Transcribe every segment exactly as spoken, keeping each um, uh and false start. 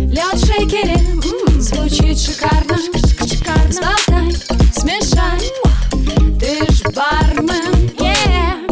Лед в шейкере, м-м, звучит шикарно, шикарно. Сболтай, смешай, ты ж бармен, yeah.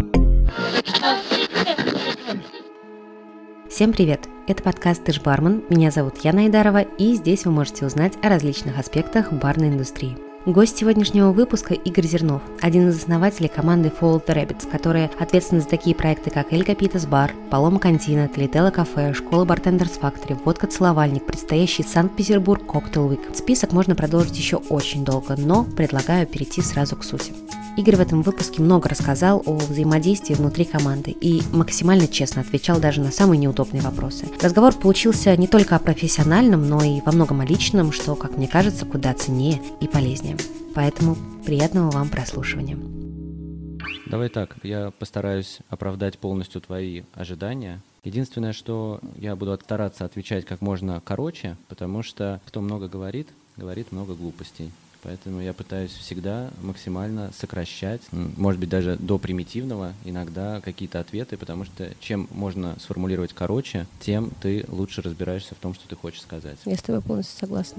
Всем привет! Это подкаст «Ты ж бармен», меня зовут Яна Айдарова, и здесь вы можете узнать о различных аспектах барной индустрии. Гость сегодняшнего выпуска – Игорь Зернов, один из основателей команды Follow the Rabbits, которая ответственна за такие проекты, как Эль Капитас Бар, Палома Кантина, Тлителла Кафе, Школа Bartenders Factory, Водка Целовальник, предстоящий Санкт-Петербург Cocktail Week. Список можно продолжить еще очень долго, но предлагаю перейти сразу к сути. Игорь в этом выпуске много рассказал о взаимодействии внутри команды и максимально честно отвечал даже на самые неудобные вопросы. Разговор получился не только о профессиональном, но и во многом о личном, что, как мне кажется, куда ценнее и полезнее. Поэтому приятного вам прослушивания. Давай так, я постараюсь оправдать полностью твои ожидания. Единственное, что я буду стараться отвечать как можно короче, потому что кто много говорит, говорит много глупостей. Поэтому я пытаюсь всегда максимально сокращать, может быть, даже до примитивного иногда какие-то ответы, потому что чем можно сформулировать короче, тем ты лучше разбираешься в том, что ты хочешь сказать. Я с тобой полностью согласна.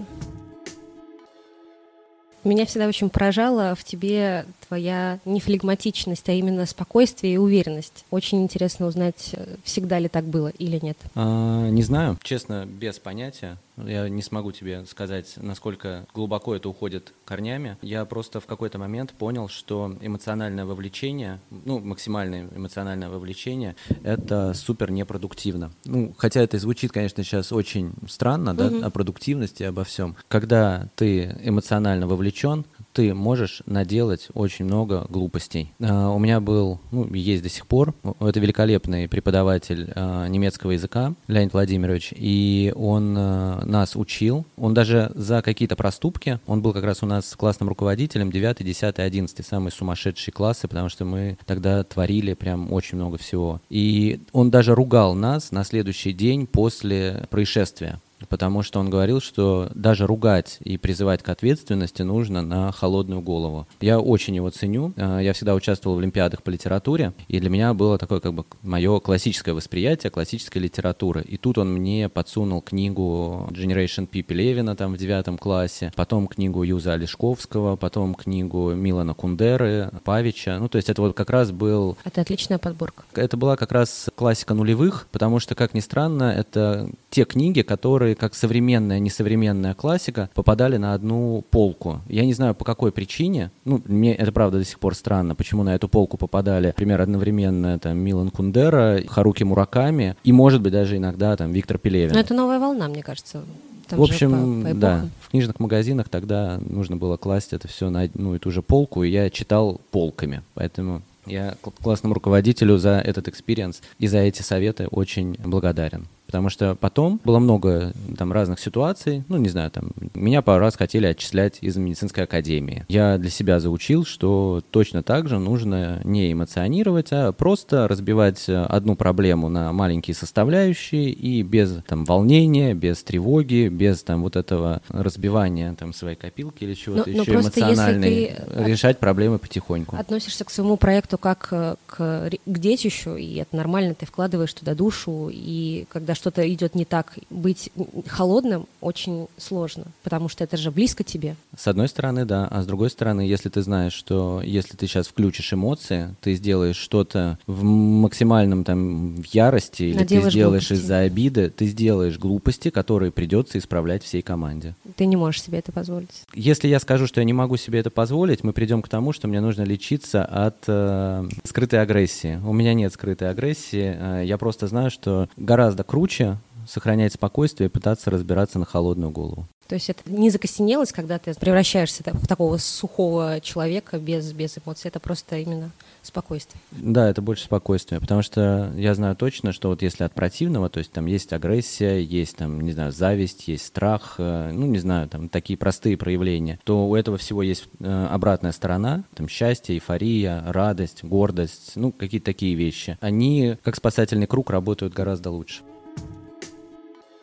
Меня всегда очень поражала в тебе твоя не флегматичность, а именно спокойствие и уверенность. Очень интересно узнать, всегда ли так было или нет. А, не знаю, честно, без понятия. Я не смогу тебе сказать, насколько глубоко это уходит корнями. Я просто в какой-то момент понял, что эмоциональное вовлечение, ну, максимальное эмоциональное вовлечение, это супер непродуктивно. Ну, хотя это звучит, конечно, сейчас очень странно, да, Угу. о продуктивности, обо всем. Когда ты эмоционально вовлечен, ты можешь наделать очень много глупостей. Uh, у меня был, ну, есть до сих пор, это великолепный преподаватель uh, немецкого языка, Леонид Владимирович, и он uh, нас учил, он даже за какие-то проступки, он был как раз у нас классным руководителем девятый, десятый, одиннадцатый, самые сумасшедшие классы, потому что мы тогда творили прям очень много всего. И он даже ругал нас на следующий день после происшествия. Потому что он говорил, что даже ругать и призывать к ответственности нужно на холодную голову. Я очень его ценю. Я всегда участвовал в олимпиадах по литературе, и для меня было такое как бы мое классическое восприятие классической литературы. И тут он мне подсунул книгу Generation P. Пелевина там в девятом классе, потом книгу Юза Олешковского, потом книгу Милана Кундеры, Павича. Ну, то есть это вот как раз был... Это отличная подборка. Это была как раз классика нулевых, потому что, как ни странно, это те книги, которые как современная, несовременная классика, попадали на одну полку. Я не знаю, по какой причине, ну, мне это правда до сих пор странно, почему на эту полку попадали, например, одновременно там Милан Кундера, Харуки Мураками и, может быть, даже иногда там Виктор Пелевин. Но это новая волна, мне кажется. Там в общем, по, по да, в книжных магазинах тогда нужно было класть это все на ну, эту же полку, и я читал полками, поэтому... Я классному руководителю за этот экспириенс и за эти советы очень благодарен. Потому что потом было много там разных ситуаций, ну, не знаю, там, меня пару раз хотели отчислять из медицинской академии. Я для себя заучил, что точно так же нужно не эмоционировать, а просто разбивать одну проблему на маленькие составляющие и без там волнения, без тревоги, без там вот этого разбивания там своей копилки или чего-то но, еще но эмоциональной, решать проблемы потихоньку. Относишься к своему проекту как к, к детищу, и это нормально, ты вкладываешь туда душу, и когда что-то идет не так, быть холодным очень сложно, потому что это же близко тебе. С одной стороны, да, а с другой стороны, если ты знаешь, что если ты сейчас включишь эмоции, ты сделаешь что-то в максимальном там ярости, или Наделаешь ты сделаешь глупости. Из-за обиды, ты сделаешь глупости, которые придется исправлять всей команде. Ты не можешь себе это позволить. Если я скажу, что я не могу себе это позволить, мы придем к тому, что мне нужно лечиться от э, скрытой агрессии. У меня нет скрытой агрессии, э, я просто знаю, что гораздо круче сохранять спокойствие и пытаться разбираться на холодную голову. То есть это не закостенелость, когда ты превращаешься в такого сухого человека без, без эмоций, это просто именно спокойствие. Да, это больше спокойствие, потому что я знаю точно, что вот если от противного, то есть там есть агрессия, есть там, не знаю, зависть, есть страх, э, ну, не знаю, там такие простые проявления, то у этого всего есть э, обратная сторона, там счастье, эйфория, радость, гордость, ну, какие-то такие вещи. Они, как спасательный круг, работают гораздо лучше.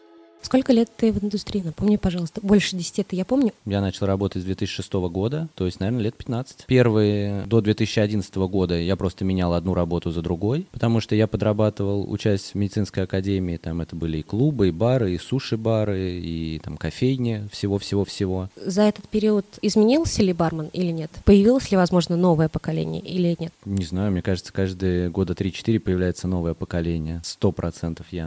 Сколько лет ты в индустрии? Напомни, пожалуйста. Больше десяти, это я помню. Я начал работать с две тысячи шестого года, то есть, наверное, лет пятнадцать. Первые до две тысячи одиннадцатого года я просто менял одну работу за другой, потому что я подрабатывал, учась в медицинской академии, там это были и клубы, и бары, и суши-бары, и там кофейни, всего-всего-всего. За этот период изменился ли бармен или нет? Появилось ли, возможно, новое поколение или нет? Не знаю, мне кажется, каждые года три-четыре появляется новое поколение. Сто процентов я.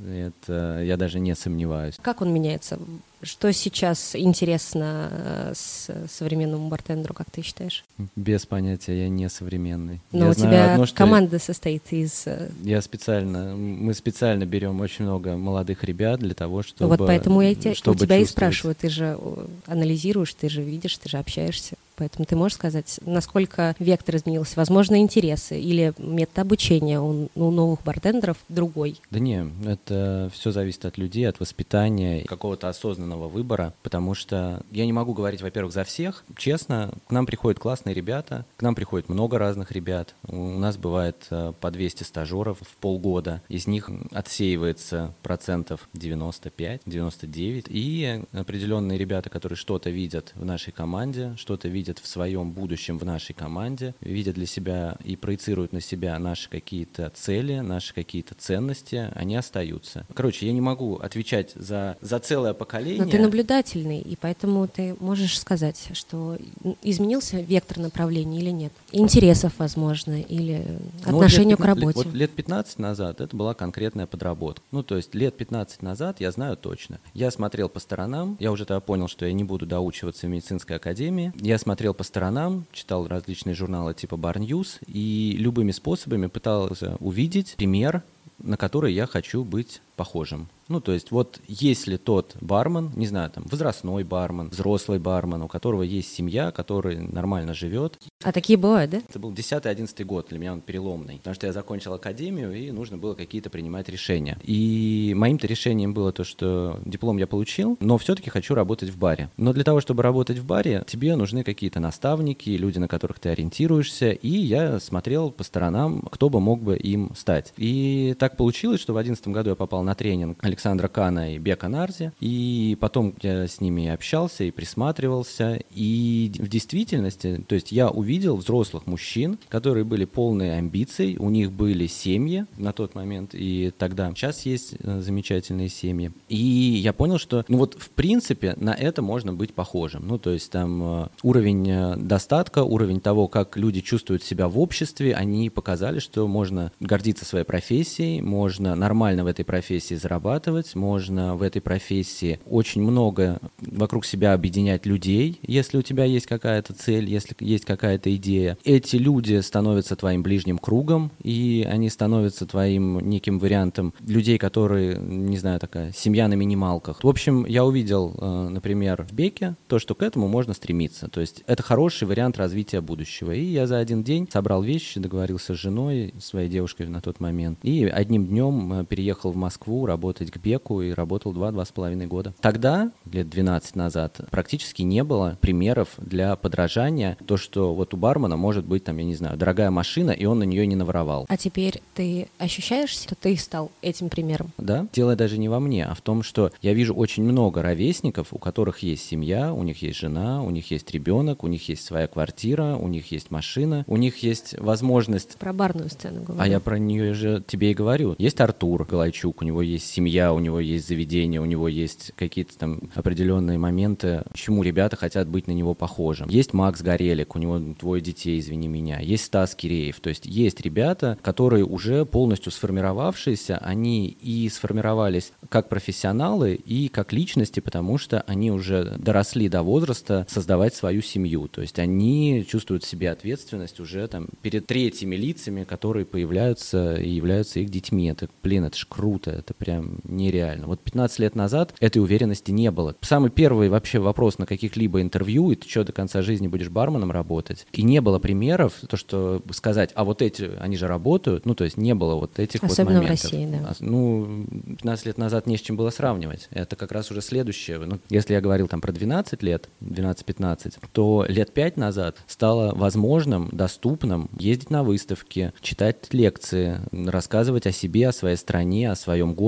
Это я даже не сомневаюсь. Как он меняется? Что сейчас интересно э, с современному бартендеру, как ты считаешь? Без понятия, я не современный. Но я у тебя одно, что команда состоит из... Я специально, мы специально берем очень много молодых ребят для того, чтобы... Вот поэтому я те, чтобы у тебя и чувствовать... спрашиваю, ты же анализируешь, ты же видишь, ты же общаешься. Поэтому ты можешь сказать, насколько вектор изменился? Возможно, интересы или метод обучения у, у новых бартендеров другой? Да не, это все зависит от людей, от воспитания, какого-то осознанного выбора, потому что я не могу говорить, во-первых, за всех. Честно, к нам приходят классные ребята, к нам приходит много разных ребят. У нас бывает по двести стажеров в полгода. Из них отсеивается процентов девяносто пять - девяносто девять. И определенные ребята, которые что-то видят в нашей команде, что-то видят в своем будущем в нашей команде, видят для себя и проецируют на себя наши какие-то цели, наши какие-то ценности, они остаются. Короче, я не могу отвечать за, за целое поколение. Но ты наблюдательный, и поэтому ты можешь сказать, что изменился вектор направления или нет? Интересов, возможно, или отношению ну, к работе? Вот лет пятнадцать назад это была конкретная подработка. Ну, то есть лет пятнадцать назад я знаю точно. Я смотрел по сторонам, я уже тогда понял, что я не буду доучиваться в медицинской академии. Я смотрел по сторонам, читал различные журналы типа Bar News и любыми способами пытался увидеть пример, на который я хочу быть похожим. Ну, то есть вот если тот бармен, не знаю, там, возрастной бармен, взрослый бармен, у которого есть семья, который нормально живет. А такие бывают, да? Это был десятый-одиннадцатый год, для меня он переломный, потому что я закончил академию, и нужно было какие-то принимать решения. И моим-то решением было то, что диплом я получил, но все-таки хочу работать в баре. Но для того, чтобы работать в баре, тебе нужны какие-то наставники, люди, на которых ты ориентируешься, и я смотрел по сторонам, кто бы мог бы им стать. И так получилось, что в одиннадцатом году я попал на тренинг Александра Кана и Бека Нарзи, и потом я с ними общался и присматривался, и в действительности, то есть я увидел взрослых мужчин, которые были полные амбиций, у них были семьи на тот момент и тогда. Сейчас есть замечательные семьи. И я понял, что, ну вот в принципе на это можно быть похожим. Ну то есть там уровень достатка, уровень того, как люди чувствуют себя в обществе, они показали, что можно гордиться своей профессией, можно нормально в этой профессии зарабатывать, можно в этой профессии очень много вокруг себя объединять людей, если у тебя есть какая-то цель, если есть какая-то идея. Эти люди становятся твоим ближним кругом, и они становятся твоим неким вариантом людей, которые, не знаю, такая семья на минималках. В общем, я увидел, например, в Беке то, что к этому можно стремиться. То есть это хороший вариант развития будущего. И я за один день собрал вещи, договорился с женой, своей девушкой на тот момент, и одним днем переехал в Москву работать к Беку и работал два-два с половиной года. Тогда, лет двенадцать назад, практически не было примеров для подражания. То, что вот у бармена может быть, там, я не знаю, дорогая машина, и он на нее не наворовал. А теперь ты ощущаешь, что ты стал этим примером? Да. Дело даже не во мне, а в том, что я вижу очень много ровесников, у которых есть семья, у них есть жена, у них есть ребенок, у них есть своя квартира, у них есть машина, у них есть возможность... Про барную сцену говорю. А я про нее же тебе и говорю. Есть Артур Галайчук, у него есть семья, у него есть заведение, у него есть какие-то там определенные моменты, чему ребята хотят быть на него похожим. Есть Макс Горелик, у него двое детей, извини меня. Есть Стас Киреев. То есть есть ребята, которые уже полностью сформировавшиеся, они и сформировались как профессионалы и как личности, потому что они уже доросли до возраста создавать свою семью. То есть они чувствуют в себе ответственность уже там перед третьими лицами, которые появляются и являются их детьми. Это, блин, это ж круто, это прям нереально. Вот пятнадцать лет назад этой уверенности не было. Самый первый вообще вопрос на каких-либо интервью, и ты что, до конца жизни будешь барменом работать? И не было примеров, то, что сказать, а вот эти, они же работают, ну, то есть не было вот этих Особенно вот моментов. в России, да. Ну, пятнадцать лет назад не с чем было сравнивать. Это как раз уже следующее. Ну, если я говорил там про двенадцать лет, двенадцать-пятнадцать, то лет пять назад стало возможным, доступным ездить на выставки, читать лекции, рассказывать о себе, о своей стране, о своем городе, о своей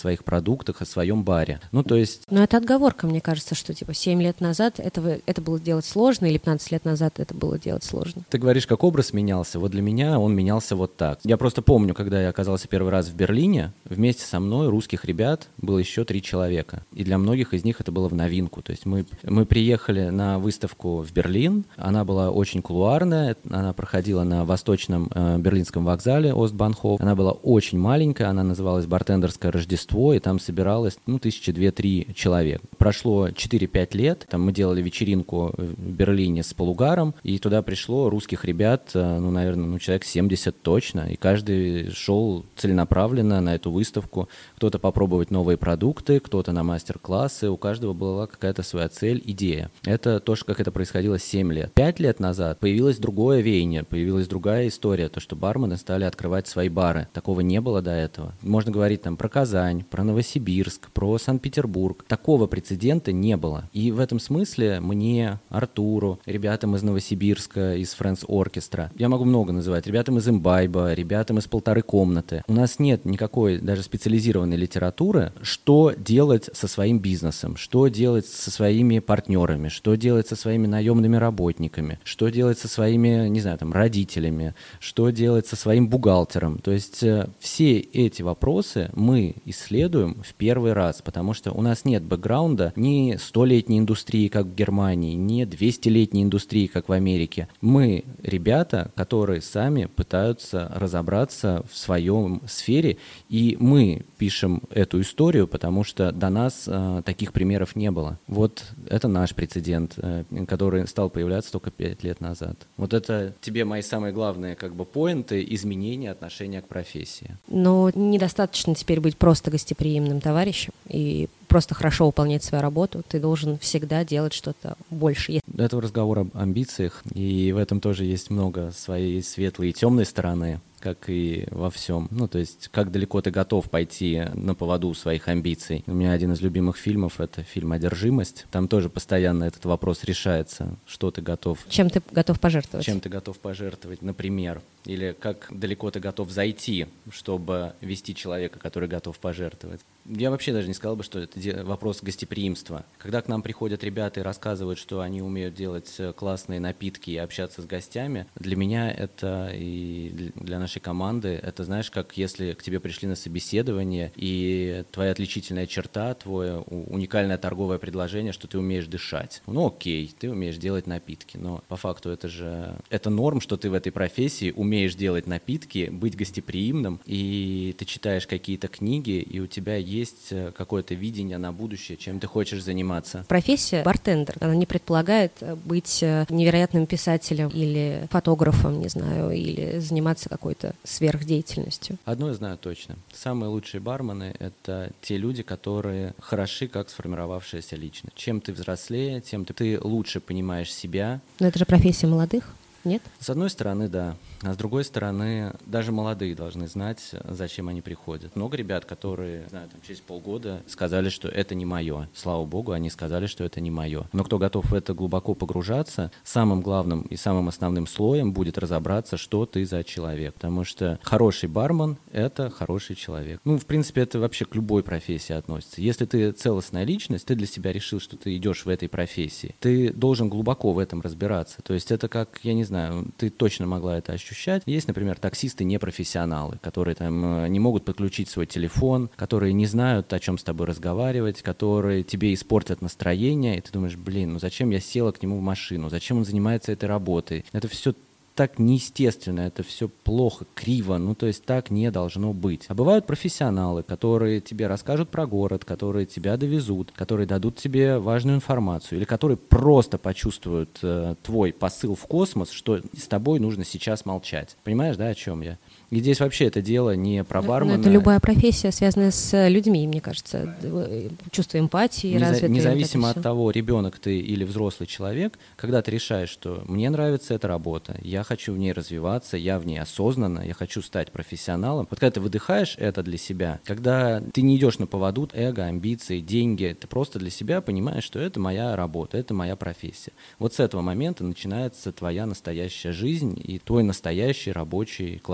своих продуктах, о своем баре. Ну, то есть... Но это отговорка, мне кажется, что типа семь лет назад этого, это было делать сложно, или пятнадцать лет назад это было делать сложно. Ты говоришь, как образ менялся. Вот для меня он менялся вот так. Я просто помню, когда я оказался первый раз в Берлине, вместе со мной русских ребят было еще три человека. И для многих из них это было в новинку. То есть мы, мы приехали на выставку в Берлин, она была очень кулуарная, она проходила на восточном э, берлинском вокзале Остбанхоф. Она была очень маленькая, она называлась «Бартендерское Рождество», и там собиралось, ну, тысячи две-три человек. Прошло четыре-пять лет, там мы делали вечеринку в Берлине с полугаром, и туда пришло русских ребят, ну, наверное, ну, человек семьдесят точно, и каждый шел целенаправленно на эту выставку. Кто-то попробовать новые продукты, кто-то на мастер-классы, у каждого была какая-то своя цель, идея. Это то, как это происходило семь лет. Пять лет назад появилось другое веяние, появилась другая история, то, что бармены стали открывать свои бары. Такого не было до этого. Можно говорить там про Казань, про Новосибирск, про Санкт-Петербург. Такого прецедента не было. И в этом смысле мне, Артуру, ребятам из Новосибирска, из Friends Orchestra, я могу много называть, ребятам из Имбайба, ребятам из Полторы комнаты. У нас нет никакой даже специализированной литературы, что делать со своим бизнесом, что делать со своими партнерами, что делать со своими наемными работниками, что делать со своими, не знаю, там, родителями, что делать со своим бухгалтером. То есть э, все эти вопросы мы исследуем в первый раз, потому что у нас нет бэкграунда ни столетней индустрии, как в Германии, ни двухсотлетней индустрии, как в Америке. Мы ребята, которые сами пытаются разобраться в своем сфере, и мы пишем эту историю, потому что до нас э, таких примеров не было. Вот это наш прецедент, э, который стал появляться только пять лет назад. Вот это тебе мои самые главные как бы поинты изменения отношения к профессии. Но недостаточно теперь быть просто гостеприимным товарищем и просто хорошо выполнять свою работу. Ты должен всегда делать что-то больше. Это разговор об амбициях, и в этом тоже есть много своей светлой и темной стороны, как и во всем. Ну, то есть, как далеко ты готов пойти на поводу своих амбиций. У меня один из любимых фильмов — это фильм «Одержимость». Там тоже постоянно этот вопрос решается. Что ты готов... Чем ты готов пожертвовать? Чем ты готов пожертвовать, например. Или как далеко ты готов зайти, чтобы вести человека, который готов пожертвовать. Я вообще даже не сказал бы, что это вопрос гостеприимства. Когда к нам приходят ребята и рассказывают, что они умеют делать классные напитки и общаться с гостями, для меня это и для нашей команды, это, знаешь, как если к тебе пришли на собеседование, и твоя отличительная черта, твое уникальное торговое предложение, что ты умеешь дышать. Ну окей, ты умеешь делать напитки, но по факту это же это норм, что ты в этой профессии умеешь делать напитки, быть гостеприимным, и ты читаешь какие-то книги, и у тебя есть какое-то видение на будущее, чем ты хочешь заниматься. Профессия бартендер, она не предполагает быть невероятным писателем или фотографом, не знаю, или заниматься какой-то сверхдеятельностью. Одно я знаю точно. Самые лучшие бармены — это те люди, которые хороши, как сформировавшаяся личность. Чем ты взрослее, тем ты, ты лучше понимаешь себя. Но это же профессия молодых, нет? С одной стороны, да. А с другой стороны, даже молодые должны знать, зачем они приходят. Много ребят, которые, не знаю, там, через полгода сказали, что это не мое. Слава богу, они сказали, что это не мое. Но кто готов в это глубоко погружаться, самым главным и самым основным слоем будет разобраться, что ты за человек. Потому что хороший бармен — это хороший человек. Ну, в принципе, это вообще к любой профессии относится. Если ты целостная личность, ты для себя решил, что ты идешь в этой профессии, ты должен глубоко в этом разбираться. То есть это как, я не знаю, ты точно могла это ощущать. Есть, например, таксисты-непрофессионалы, которые там не могут подключить свой телефон, которые не знают, о чем с тобой разговаривать, которые тебе испортят настроение, и ты думаешь, блин, ну зачем я села к нему в машину, зачем он занимается этой работой? Это все так неестественно, это все плохо, криво, ну то есть так не должно быть. А бывают профессионалы, которые тебе расскажут про город, которые тебя довезут, которые дадут тебе важную информацию, или которые просто почувствуют э, твой посыл в космос, что с тобой нужно сейчас молчать. Понимаешь, да, о чем я? И здесь вообще это дело не про бармена. Но это любая профессия, связанная с людьми, мне кажется. Чувство эмпатии, Неза- развитое. Независимо вот от того, ребенок ты или взрослый человек, когда ты решаешь, что мне нравится эта работа, я хочу в ней развиваться, я в ней осознанно, я хочу стать профессионалом. Вот когда ты выдыхаешь это для себя, когда ты не идешь на поводу эго, амбиции, деньги, ты просто для себя понимаешь, что это моя работа, это моя профессия. Вот с этого момента начинается твоя настоящая жизнь и твой настоящий рабочий классный опыт.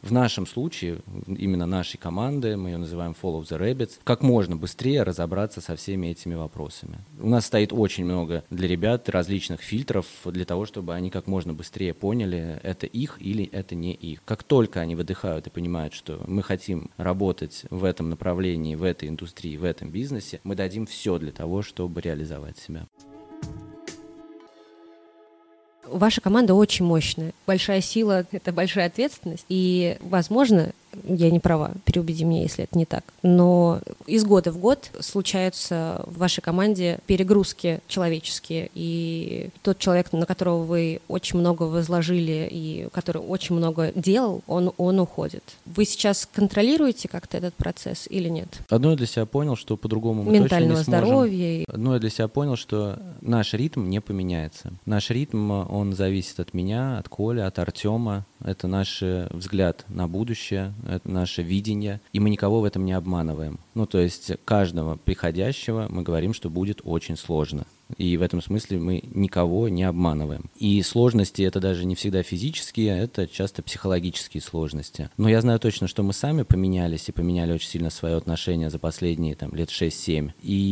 в нашем случае, именно нашей команды, мы ее называем Follow the Rabbits, как можно быстрее разобраться со всеми этими вопросами. У нас стоит очень много для ребят различных фильтров для того, чтобы они как можно быстрее поняли, это их или это не их. Как только они выдыхают и понимают, что мы хотим работать в этом направлении, в этой индустрии, в этом бизнесе, мы дадим все для того, чтобы реализовать себя. Ваша команда очень мощная. Большая сила — это большая ответственность. И, возможно, я не права, переубеди меня, если это не так, но из года в год случаются в вашей команде перегрузки человеческие, и тот человек, на которого вы очень много возложили и который очень много делал, он, он уходит. Вы сейчас контролируете как-то этот процесс или нет? Одно я для себя понял, что по-другому мы Ментального точно не сможем. здоровья. Одно я для себя понял, что наш ритм не поменяется. Наш ритм, он зависит от меня, от Коли, от Артема. Это наш взгляд на будущее, это наше видение, и мы никого в этом не обманываем. Ну, то есть каждого приходящего мы говорим, что будет очень сложно. И в этом смысле мы никого не обманываем. И сложности — это даже не всегда физические, это часто психологические сложности. Но я знаю точно, что мы сами поменялись и поменяли очень сильно свое отношение за последние там, лет шесть-семь.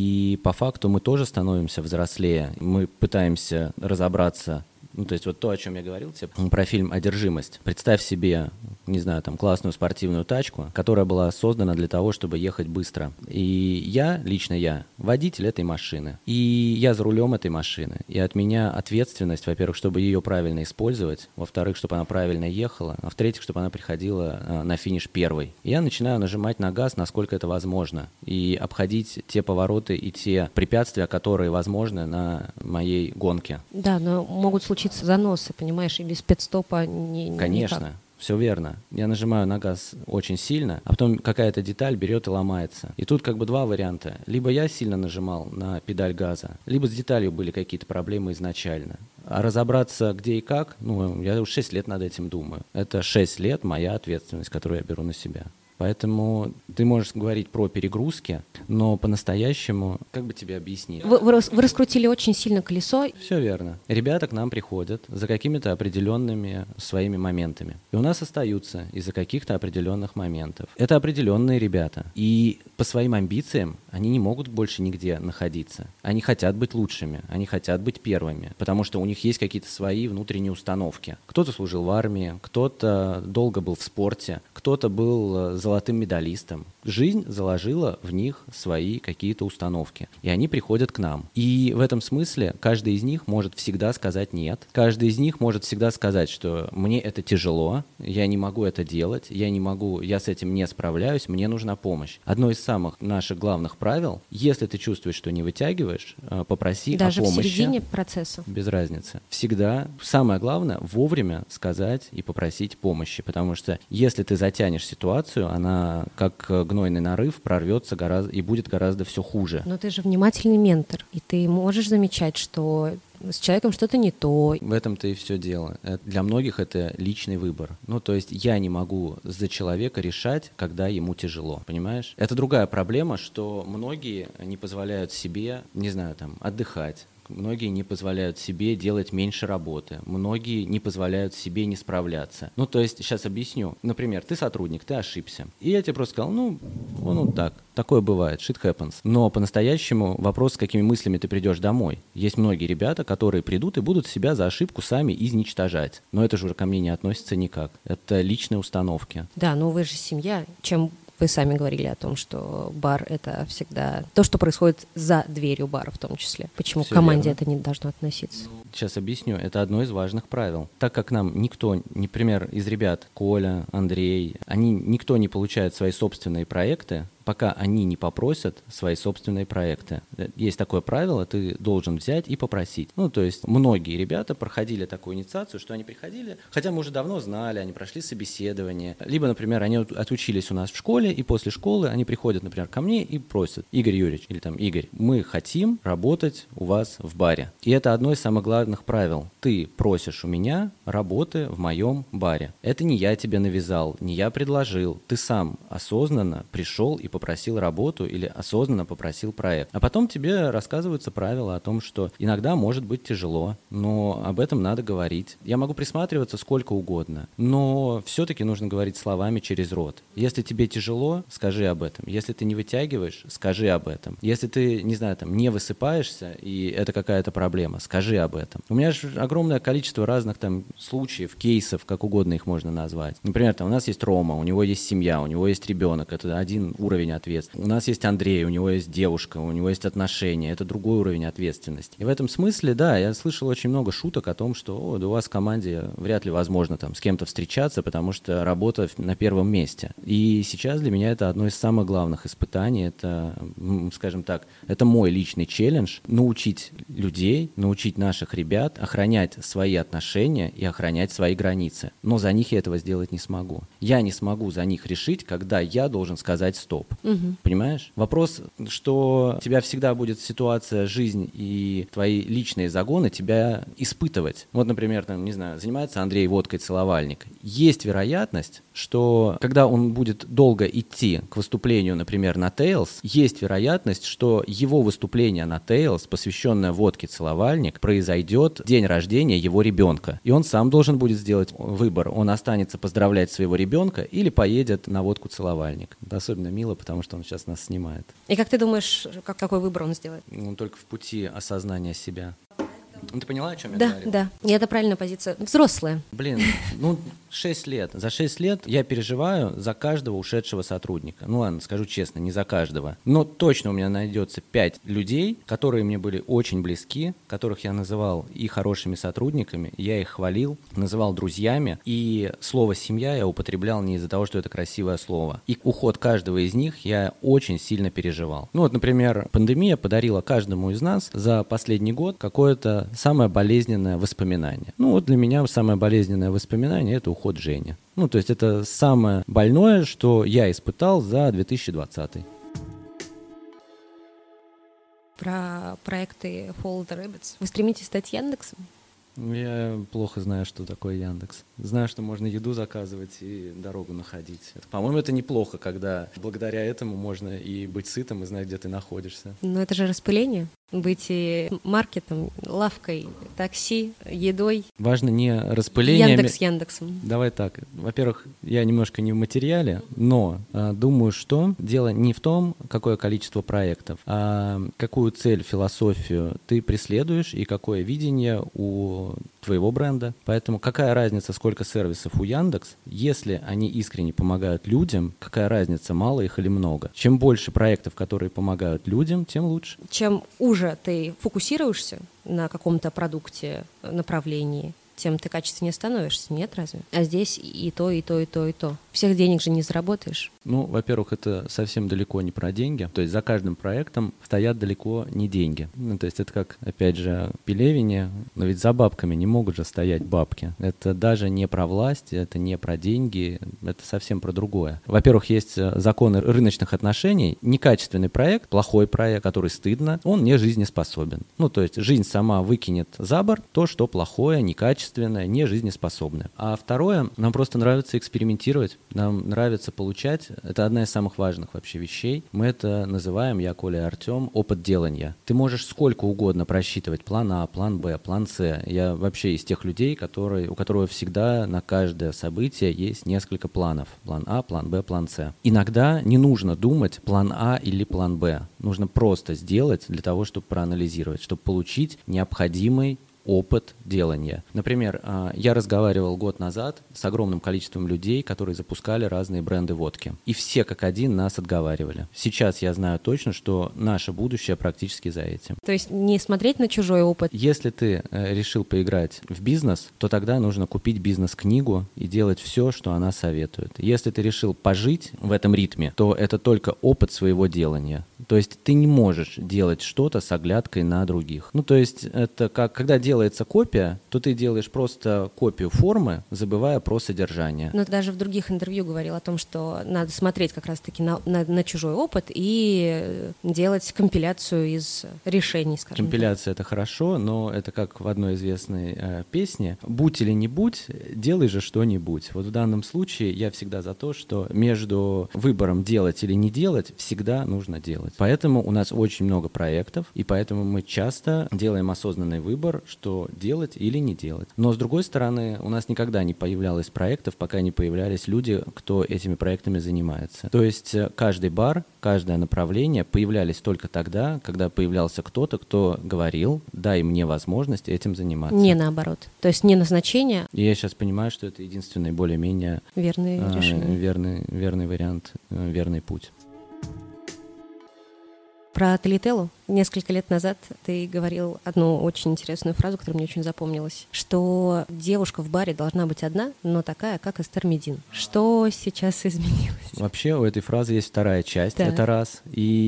И по факту мы тоже становимся взрослее. Мы пытаемся разобраться. Ну, то есть вот то, о чем я говорил тебе, про фильм «Одержимость». Представь себе, не знаю, там, классную спортивную тачку, которая была создана для того, чтобы ехать быстро. И я, лично я, водитель этой машины. И я за рулем этой машины. И от меня ответственность, во-первых, чтобы ее правильно использовать, во-вторых, чтобы она правильно ехала, а в-третьих, чтобы она приходила а, на финиш первой. И я начинаю нажимать на газ, насколько это возможно, и обходить те повороты и те препятствия, которые возможны на моей гонке. Да, но могут случиться заносы, понимаешь, и без пит-стопа не, Конечно. никак. Все верно. Я нажимаю на газ очень сильно, а потом какая-то деталь берет и ломается. И тут как бы два варианта. Либо я сильно нажимал на педаль газа, либо с деталью были какие-то проблемы изначально. А разобраться где и как, ну, я уже шесть лет над этим думаю. Это шесть лет моя ответственность, которую я беру на себя. Поэтому ты можешь говорить про перегрузки, но по-настоящему, как бы тебе объяснить? Вы, вы, вы раскрутили очень сильно колесо. Все верно. Ребята к нам приходят за какими-то определенными своими моментами. И у нас остаются из-за каких-то определенных моментов. Это определенные ребята. И по своим амбициям они не могут больше нигде находиться. Они хотят быть лучшими, они хотят быть первыми, потому что у них есть какие-то свои внутренние установки. Кто-то служил в армии, кто-то долго был в спорте, кто-то был золотым медалистом. Жизнь заложила в них свои какие-то установки, и они приходят к нам. И в этом смысле каждый из них может всегда сказать «нет». Каждый из них может всегда сказать, что «мне это тяжело, я не могу это делать, я не могу, я с этим не справляюсь, мне нужна помощь». Одно из самых наших главных правил: если ты чувствуешь, что не вытягиваешь, попроси даже о помощи. Даже в середине процесса. Без разницы. Всегда самое главное — вовремя сказать и попросить помощи, потому что если ты затянешь ситуацию, она как гнойный нарыв прорвется гораздо и будет гораздо все хуже. Но ты же внимательный ментор, и ты можешь замечать, что с человеком что-то не то. В этом-то и все дело. Для многих это личный выбор. Ну, то есть я не могу за человека решать, когда ему тяжело, понимаешь? Это другая проблема, что многие не позволяют себе, не знаю, там, отдыхать. Многие не позволяют себе делать меньше работы. Многие не позволяют себе не справляться. Ну, то есть, сейчас объясню. Например, ты сотрудник, ты ошибся. И я тебе просто сказал, ну, ну так, такое бывает, shit happens. Но по-настоящему вопрос, с какими мыслями ты придешь домой. Есть многие ребята, которые придут и будут себя за ошибку сами изничтожать. Но это же уже ко мне не относится никак. Это личные установки. Да, но вы же семья. Чем вы сами говорили о том, что бар — это всегда то, что происходит за дверью бара в том числе. Почему Все к команде верно. это не должно относиться? Сейчас объясню. Это одно из важных правил. Так как нам никто, например, из ребят, Коля, Андрей, они, никто не получает свои собственные проекты, пока они не попросят свои собственные проекты. Есть такое правило, ты должен взять и попросить. Ну, то есть многие ребята проходили такую инициацию, что они приходили, хотя мы уже давно знали, они прошли собеседование, либо, например, они отучились у нас в школе, и после школы они приходят, например, ко мне и просят: Игорь Юрьевич, или там Игорь, мы хотим работать у вас в баре. И это одно из самых главных главных правил. Ты просишь у меня работы в моем баре. Это не я тебе навязал, не я предложил. Ты сам осознанно пришел и попросил работу или осознанно попросил проект. А потом тебе рассказываются правила о том, что иногда может быть тяжело, но об этом надо говорить. Я могу присматриваться сколько угодно, но все-таки нужно говорить словами через рот. Если тебе тяжело, скажи об этом. Если ты не вытягиваешь, скажи об этом. Если ты, не знаю, там, не высыпаешься, и это какая-то проблема, скажи об этом. У меня же огромное количество разных там случаев, кейсов, как угодно их можно назвать. Например, там у нас есть Рома, у него есть семья, у него есть ребенок, это один уровень ответственности. У нас есть Андрей, у него есть девушка, у него есть отношения, это другой уровень ответственности. И в этом смысле, да, я слышал очень много шуток о том, что о, да у вас в команде вряд ли возможно там с кем-то встречаться, потому что работа на первом месте. И сейчас для меня это одно из самых главных испытаний, это, скажем так, это мой личный челлендж — научить людей, научить наших ребят охранять свои отношения и охранять свои границы. Но за них я этого сделать не смогу. Я не смогу за них решить, когда я должен сказать стоп. Угу. Понимаешь? Вопрос, что у тебя всегда будет ситуация, жизнь и твои личные загоны тебя испытывать. Вот, например, там, не знаю, занимается Андрей водкой целовальник. Есть вероятность, что когда он будет долго идти к выступлению, например, на Tails, есть вероятность, что его выступление на Tails, посвященное водке целовальник, произойдет в день рождения его ребенка. И он сам должен будет сделать выбор. Он останется поздравлять своего ребенка или поедет на водку целовальник. Это особенно мило, потому что он сейчас нас снимает. И как ты думаешь, как, какой выбор он сделает? Он только в пути осознания себя. Ну, ты поняла, о чем я да, говорю? Да, да. И это правильная позиция. Взрослая. Блин, ну, шесть лет. За шесть лет я переживаю за каждого ушедшего сотрудника. Ну ладно, скажу честно, не за каждого. Но точно у меня найдется пять людей, которые мне были очень близки, которых я называл и хорошими сотрудниками, я их хвалил, называл друзьями. И слово «семья» я употреблял не из-за того, что это красивое слово. И уход каждого из них я очень сильно переживал. Ну вот, например, пандемия подарила каждому из нас за последний год какое-то самое болезненное воспоминание. Ну вот для меня самое болезненное воспоминание — это уход Жени. Ну то есть это самое больное, что я испытал за две тысячи двадцатый. Про проекты Follow the Rabbits. Вы стремитесь стать Яндексом? Я плохо знаю, что такое Яндекс. Знаю, что можно еду заказывать и дорогу находить. Это, по-моему, это неплохо, когда благодаря этому можно и быть сытым, и знать, где ты находишься. Но это же распыление. Быть и маркетом, лавкой, такси, едой. Важно не распыление. Яндекс Яндексом. Давай так. Во-первых, я немножко не в материале, но а, думаю, что дело не в том, какое количество проектов, а какую цель, философию ты преследуешь и какое видение у твоего бренда. Поэтому какая разница, сколько сервисов у Яндекс, если они искренне помогают людям, какая разница, мало их или много. Чем больше проектов, которые помогают людям, тем лучше. Чем уже ты фокусируешься на каком-то продукте, направлении, тем ты качественнее становишься, нет разве? А здесь и то, и то, и то, и то. Всех денег же не заработаешь. Ну, во-первых, это совсем далеко не про деньги. То есть за каждым проектом стоят далеко не деньги. Ну, то есть это как, опять же, Пелевине, но ведь за бабками не могут же стоять бабки. Это даже не про власть, это не про деньги, это совсем про другое. Во-первых, есть законы рыночных отношений. Некачественный проект, плохой проект, который стыдно, он не жизнеспособен. Ну, то есть жизнь сама выкинет за борт то, что плохое, некачественное, не жизнеспособное. А второе, нам просто нравится экспериментировать, нам нравится получать. Это одна из самых важных вообще вещей. Мы это называем, я, Коля и Артем, опыт делания. Ты можешь сколько угодно просчитывать план А, план Б, план С. Я вообще из тех людей, которые, у которых всегда на каждое событие есть несколько планов. План А, план Б, план С. Иногда не нужно думать план А или план Б. Нужно просто сделать для того, чтобы проанализировать, чтобы получить необходимый опыт делания. Например, я разговаривал год назад с огромным количеством людей, которые запускали разные бренды водки. И все как один нас отговаривали. Сейчас я знаю точно, что наше будущее практически за этим. То есть не смотреть на чужой опыт. Если ты решил поиграть в бизнес, то тогда нужно купить бизнес-книгу и делать все, что она советует. Если ты решил пожить в этом ритме, то это только опыт своего делания. То есть ты не можешь делать что-то с оглядкой на других. Ну, то есть это как, когда делаешь делается копия, то ты делаешь просто копию формы, забывая про содержание. Но ты даже в других интервью говорил о том, что надо смотреть как раз-таки на, на, на чужой опыт и делать компиляцию из решений, скажем Компиляция — это хорошо, но это как в одной известной э, песне. Будь или не будь, делай же что-нибудь. Вот в данном случае я всегда за то, что между выбором делать или не делать всегда нужно делать. Поэтому у нас очень много проектов, и поэтому мы часто делаем осознанный выбор, что делать или не делать. Но с другой стороны, у нас никогда не появлялось проектов, пока не появлялись люди, кто этими проектами занимается. То есть каждый бар, каждое направление появлялись только тогда, когда появлялся кто-то, кто говорил: дай мне возможность этим заниматься. Не наоборот. То есть не назначение. И я сейчас понимаю, что это единственный более-менее верный, э, решение. верный, верный вариант, э, верный путь. Про Талителлу. Несколько лет назад ты говорил одну очень интересную фразу, которая мне очень запомнилась, что девушка в баре должна быть одна, но такая, как Эстер Медин. Что сейчас изменилось? Вообще у этой фразы есть вторая часть, да. Это раз.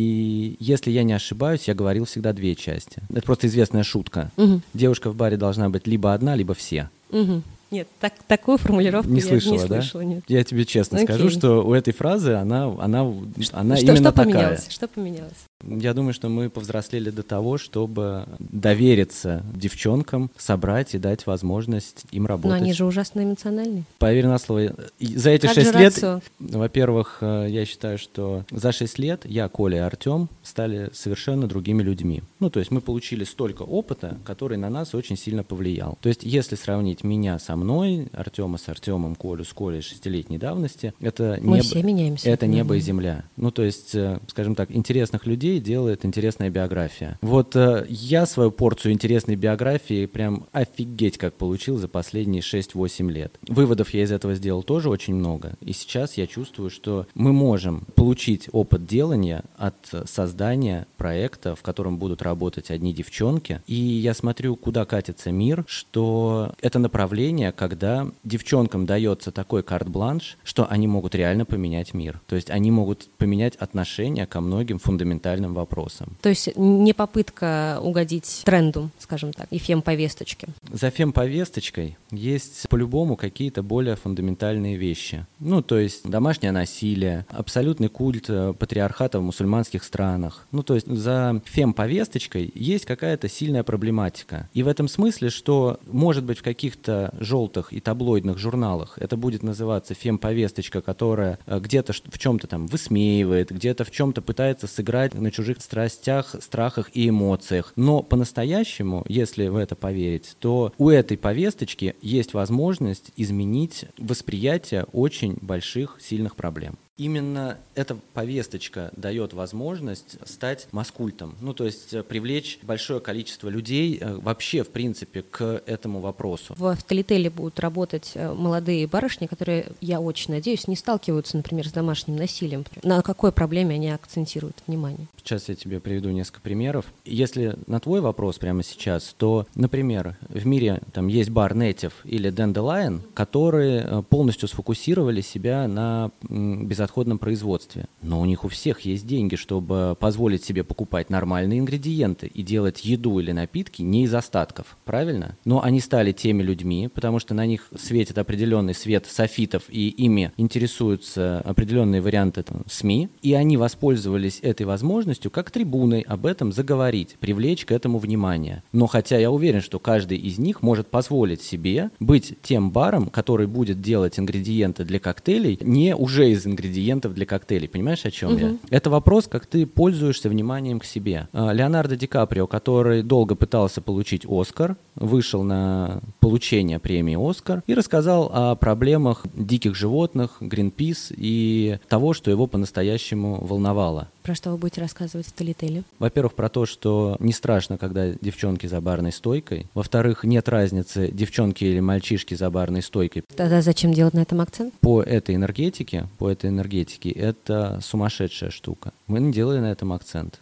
И если я не ошибаюсь, я говорил всегда две части. Это просто известная шутка. Угу. Девушка в баре должна быть либо одна, либо все. Угу. Нет, так, такую формулировку не я слышала, не да? слышала. Нет. Я тебе честно Окей. скажу, что у этой фразы она, она, она что, именно что поменялось? такая. Что поменялось? Я думаю, что мы повзрослели до того, чтобы довериться девчонкам, собрать и дать возможность им работать. Но они же ужасно эмоциональные. Поверь на слово, за эти как шесть же лет, Рацо? Во-первых, я считаю, что за шесть лет я, Коля и Артем стали совершенно другими людьми. Ну, то есть мы получили столько опыта, который на нас очень сильно повлиял. То есть если сравнить меня со мной, Артема с Артемом, Колю с Колей шестилетней давности, это, мы небо, все меняемся, это небо и земля. Ну, то есть, скажем так, интересных людей делает интересная биография. Вот э, я свою порцию интересной биографии прям офигеть как получил за последние шесть-восемь лет. Выводов я из этого сделал тоже очень много. И сейчас я чувствую, что мы можем получить опыт делания от создания проекта, в котором будут работать одни девчонки. И я смотрю, куда катится мир, что это направление, когда девчонкам дается такой карт-бланш, что они могут реально поменять мир. То есть они могут поменять отношение ко многим фундаментальным вопросам. То есть не попытка угодить тренду, скажем так, и фем-повесточке. За фем-повесточкой есть по-любому какие-то более фундаментальные вещи. Ну, то есть домашнее насилие, абсолютный культ патриархата в мусульманских странах. Ну, то есть за фем-повесточкой есть какая-то сильная проблематика. И в этом смысле, что, может быть, в каких-то желтых и таблоидных журналах это будет называться фем-повесточка, которая где-то в чем-то там высмеивает, где-то в чем-то пытается сыграть на чужих страстях, страхах и эмоциях. Но по-настоящему, если в это поверить, то у этой повесточки есть возможность изменить восприятие очень больших, сильных проблем. Именно эта повесточка дает возможность стать маскультом, ну то есть привлечь большое количество людей вообще в принципе к этому вопросу. В Талителле будут работать молодые барышни, которые, я очень надеюсь, не сталкиваются, например, с домашним насилием. На какой проблеме они акцентируют внимание? Сейчас я тебе приведу несколько примеров. Если на твой вопрос прямо сейчас, то, например, в мире там есть бар Native или Dandelion, которые полностью сфокусировали себя на безопасности отходном производстве. Но у них у всех есть деньги, чтобы позволить себе покупать нормальные ингредиенты и делать еду или напитки не из остатков. Правильно? Но они стали теми людьми, потому что на них светит определенный свет софитов, и ими интересуются определенные варианты там, СМИ, и они воспользовались этой возможностью как трибуной об этом заговорить, привлечь к этому внимание. Но хотя я уверен, что каждый из них может позволить себе быть тем баром, который будет делать ингредиенты для коктейлей не уже из ингредиентов для коктейлей. Понимаешь, о чем Uh-huh. я? Это вопрос, как ты пользуешься вниманием к себе. Леонардо Ди Каприо, который долго пытался получить Оскар, вышел на получение премии Оскар и рассказал о проблемах диких животных, Greenpeace и того, что его по-настоящему волновало. Про что вы будете рассказывать в Талителле? Во-первых, про то, что не страшно, когда девчонки за барной стойкой. Во-вторых, нет разницы, девчонки или мальчишки за барной стойкой. Тогда зачем делать на этом акцент? По этой энергетике, по этой энергетике, это сумасшедшая штука. Мы не делали на этом акцент.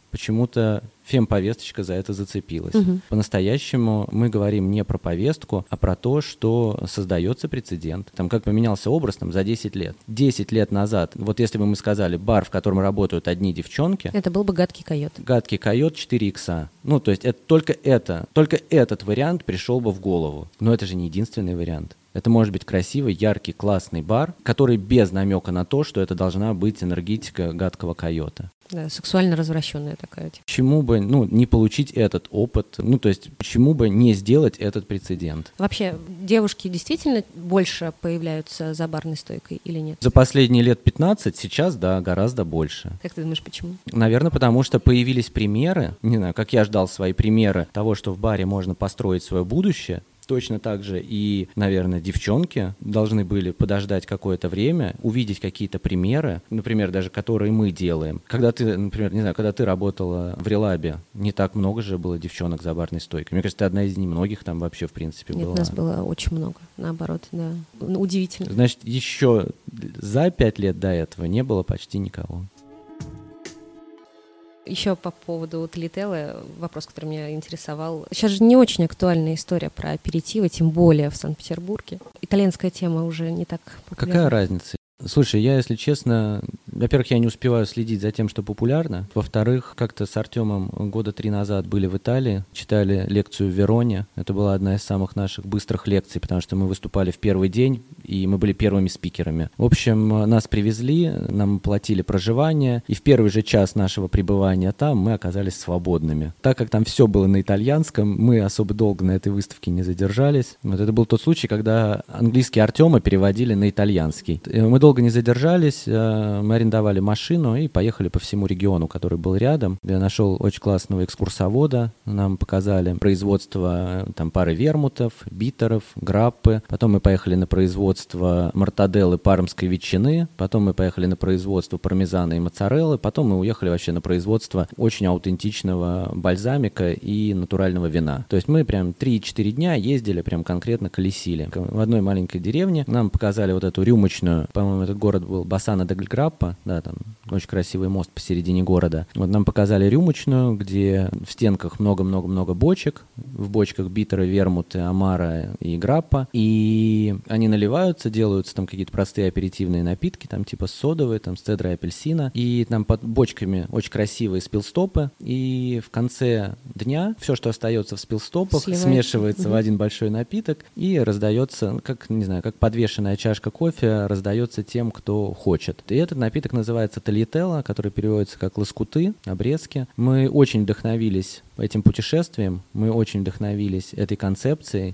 почему-то фемповесточка за это зацепилась. Угу. По-настоящему мы говорим не про повестку, а про то, что создается прецедент. Там как поменялся образ там, за десять лет. десять лет назад, вот если бы мы сказали бар, в котором работают одни девчонки, это был бы «Гадкий койот». «Гадкий койот» четыре икса. Ну, то есть это только это, только этот вариант пришел бы в голову. Но это же не единственный вариант. Это может быть красивый, яркий, классный бар, который без намека на то, что это должна быть энергетика «Гадкого койота». Да, сексуально развращенная такая. Типа. Почему бы, ну, не получить этот опыт? Ну, то есть, почему бы не сделать этот прецедент? Вообще, девушки действительно больше появляются за барной стойкой или нет? За последние лет пятнадцать сейчас, да, гораздо больше. Как ты думаешь, почему? Наверное, потому что появились примеры, не знаю, как я ждал свои примеры того, что в баре можно построить свое будущее. Точно так же и, наверное, девчонки должны были подождать какое-то время, увидеть какие-то примеры, например, даже которые мы делаем. Когда ты, например, не знаю, когда ты работала в Релабе, не так много же было девчонок за барной стойкой. Мне кажется, ты одна из немногих там вообще, в принципе, Нет, была. нас было очень много, наоборот, да. Удивительно. Значит, еще за пять лет до этого не было почти никого. Еще по поводу Талителлы, вопрос, который меня интересовал. Сейчас же не очень актуальная история про аперитивы, тем более в Санкт-Петербурге. Итальянская тема уже не так популярна. Какая разница? Слушай, я, если честно, во-первых, я не успеваю следить за тем, что популярно. Во-вторых, как-то с Артемом года три назад были в Италии, читали лекцию в Вероне. Это была одна из самых наших быстрых лекций, потому что мы выступали в первый день, и мы были первыми спикерами. В общем, нас привезли, нам платили проживание, и в первый же час нашего пребывания там мы оказались свободными. Так как там все было на итальянском, мы особо долго на этой выставке не задержались. Вот это был тот случай, когда английский Артема переводили на итальянский. Мы долго Долго не задержались, мы арендовали машину и поехали по всему региону, который был рядом. Я нашел очень классного экскурсовода, нам показали производство там, пары вермутов, битеров, граппы. Потом мы поехали на производство мортаделлы пармской ветчины, потом мы поехали на производство пармезана и моцареллы, потом мы уехали вообще на производство очень аутентичного бальзамика и натурального вина. То есть мы прям три-четыре дня ездили, прям конкретно колесили. В одной маленькой деревне нам показали вот эту рюмочную, по-моему, этот город был Бассана дель Граппа, да, там очень красивый мост посередине города. Вот нам показали рюмочную, где в стенках много-много-много бочек, в бочках битеры, вермуты, амара и граппа, и они наливаются, делаются там какие-то простые аперитивные напитки, там типа содовые, там с цедрой апельсина, и там под бочками очень красивые спилстопы, и в конце дня все, что остается в спилстопах, сливается, смешивается угу. в один большой напиток и раздается, как, не знаю, как подвешенная чашка кофе, раздается тем, кто хочет. И этот напиток называется талителла, который переводится как лоскуты, обрезки. Мы очень вдохновились этим путешествием, мы очень вдохновились этой концепцией,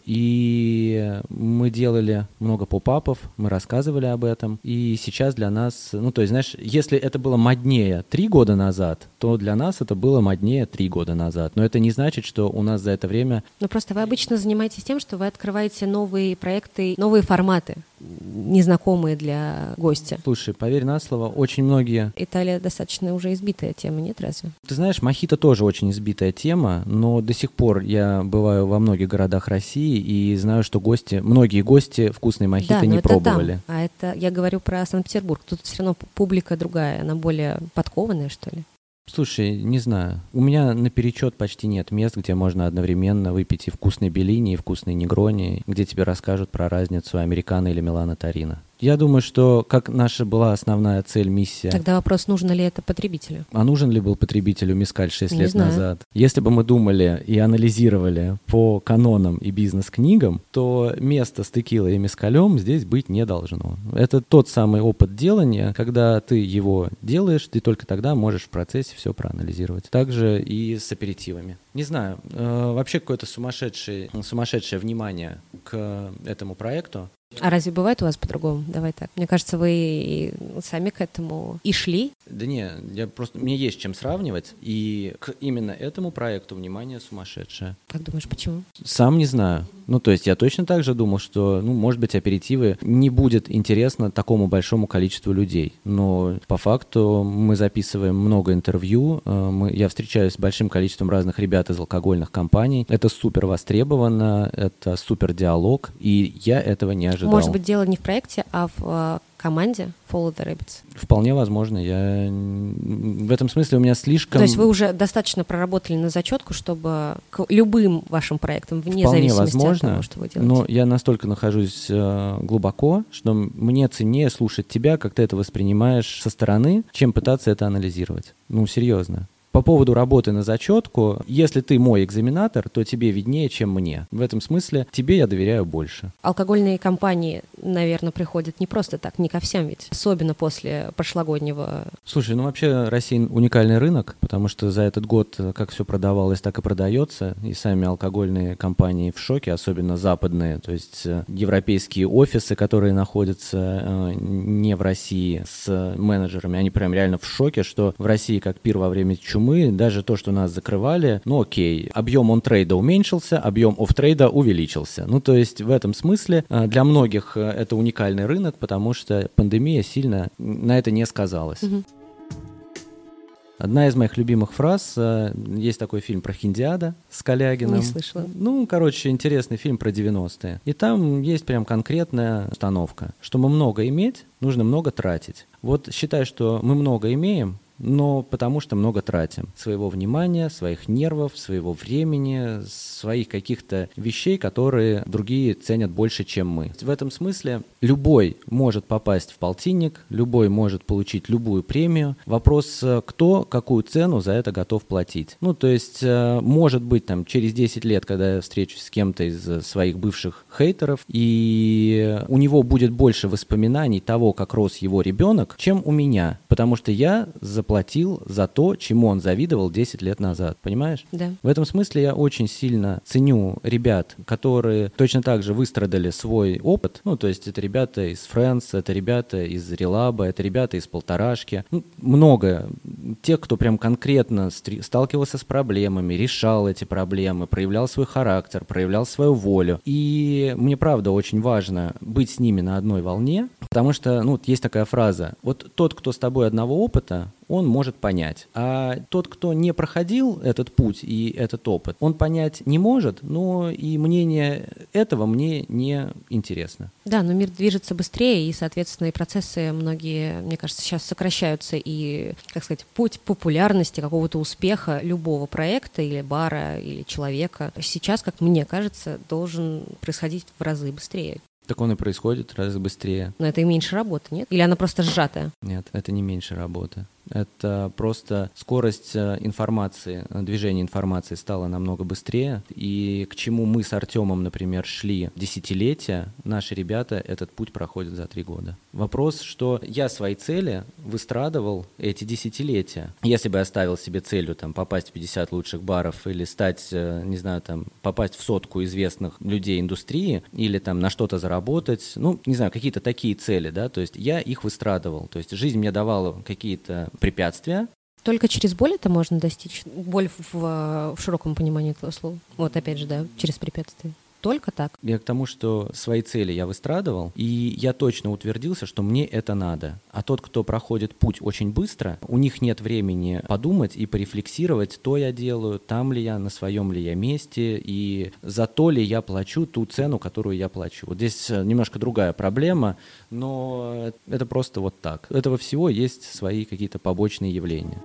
и мы делали много поп-апов, мы рассказывали об этом, и сейчас для нас, ну, то есть, знаешь, если это было моднее три года назад, то для нас это было моднее три года назад, но это не значит, что у нас за это время... Ну, просто вы обычно занимаетесь тем, что вы открываете новые проекты, новые форматы, незнакомые для гостя. Слушай, поверь на слово, очень многие... Италия достаточно уже избитая тема, нет, разве? Ты знаешь, мохито тоже очень избитая тема, но до сих пор я бываю во многих городах России и знаю, что гости, многие гости вкусные мохито да, не это пробовали. Там. А это, я говорю про Санкт-Петербург, тут все равно публика другая, она более подкованная, что ли? Слушай, не знаю. У меня наперечет почти нет мест, где можно одновременно выпить и вкусный беллини, и вкусный негрони, где тебе расскажут про разницу американо или Милано Торино. Я думаю, что как наша была основная цель, миссия... Тогда вопрос, нужно ли это потребителю? А нужен ли был потребителю мескаль шесть Не лет знаю. назад? Если бы мы думали и анализировали по канонам и бизнес-книгам, то место с текилой и мескалем здесь быть не должно. Это тот самый опыт делания, когда ты его делаешь, ты только тогда можешь в процессе все проанализировать. Также и с аперитивами. Не знаю, э, вообще какое-то сумасшедшее, сумасшедшее внимание к этому проекту. А разве бывает у вас по-другому? Давай так. Мне кажется, вы сами к этому и шли. Да не, я просто, мне есть чем сравнивать, и к именно этому проекту внимание сумасшедшее. Как думаешь, почему? Сам не знаю. Ну, то есть я точно так же думал, что, ну, может быть, аперитивы не будет интересно такому большому количеству людей. Но по факту мы записываем много интервью, мы, я встречаюсь с большим количеством разных ребят из алкогольных компаний. Это супер востребовано, это супер диалог, и я этого не ожидал. ожидал. Может быть, дело не в проекте, а в команде Follow the Rabbits? Вполне возможно. Я... В этом смысле у меня слишком... То есть вы уже достаточно проработали на зачетку, чтобы к любым вашим проектам, вне Вполне зависимости возможно, от того, что вы делаете? Но я настолько нахожусь э, глубоко, что мне ценнее слушать тебя, как ты это воспринимаешь со стороны, чем пытаться это анализировать. Ну, серьезно. По поводу работы на зачетку, если ты мой экзаменатор, то тебе виднее, чем мне. В этом смысле тебе я доверяю больше. Алкогольные компании, наверное, приходят не просто так, не ко всем ведь, особенно после прошлогоднего. Слушай, ну вообще Россия уникальный рынок, потому что за этот год как все продавалось, так и продается, и сами алкогольные компании в шоке, особенно западные, то есть европейские офисы, которые находятся э, не в России с менеджерами, они прям реально в шоке, что в России как пир во время чумы. Мы, даже то, что нас закрывали, ну окей, объем он-трейда уменьшился, объем офф-трейда увеличился. Ну то есть в этом смысле для многих это уникальный рынок, потому что пандемия сильно на это не сказалась. Угу. Одна из моих любимых фраз, есть такой фильм про Хиндиада с Калягиным. Не слышала. Ну, короче, интересный фильм про девяностые. И там есть прям конкретная установка. Чтобы много иметь, нужно много тратить. Вот считай, что мы много имеем, но потому что много тратим своего внимания, своих нервов, своего времени, своих каких-то вещей, которые другие ценят больше, чем мы. В этом смысле любой может попасть в полтинник, любой может получить любую премию. Вопрос, кто какую цену за это готов платить. Ну, то есть, может быть, там, через десять лет, когда я встречусь с кем-то из своих бывших хейтеров, и у него будет больше воспоминаний того, как рос его ребенок, чем у меня, потому что я за платил за то, чему он завидовал десять лет назад, понимаешь? Да. В этом смысле я очень сильно ценю ребят, которые точно так же выстрадали свой опыт, ну, то есть это ребята из Friends, это ребята из Релаба, это ребята из Полторашки, ну, много тех, кто прям конкретно стри- сталкивался с проблемами, решал эти проблемы, проявлял свой характер, проявлял свою волю, и мне правда очень важно быть с ними на одной волне, потому что, ну, есть такая фраза, вот тот, кто с тобой одного опыта, он может понять. А тот, кто не проходил этот путь и этот опыт, он понять не может, но и мнение этого мне не интересно. Да, но мир движется быстрее, и, соответственно, и процессы многие, мне кажется, сейчас сокращаются, и, как сказать, путь популярности, какого-то успеха любого проекта или бара, или человека сейчас, как мне кажется, должен происходить в разы быстрее. Так он и происходит в разы быстрее. Но это и меньше работы, нет? Или она просто сжатая? Нет, это не меньше работы. Это просто скорость информации, движение информации стало намного быстрее. И к чему мы с Артемом, например, шли десятилетия, наши ребята этот путь проходят за три года. Вопрос, что я свои цели выстрадывал эти десятилетия. Если бы я ставил себе целью там, попасть в пятьдесят лучших баров или стать, не знаю, там, попасть в сотку известных людей индустрии или там на что-то заработать, ну, не знаю, какие-то такие цели, да, то есть я их выстрадывал. То есть жизнь мне давала какие-то препятствия. Только через боль это можно достичь? Боль в, в широком понимании этого слова. Вот опять же, да, через препятствия. Только так. Я к тому, что свои цели я выстрадывал, и я точно утвердился, что мне это надо. А тот, кто проходит путь очень быстро, у них нет времени подумать и порефлексировать, то я делаю, там ли я, на своем ли я месте, и за то ли я плачу ту цену, которую я плачу. Вот здесь немножко другая проблема, но это просто вот так. У этого всего есть свои какие-то побочные явления.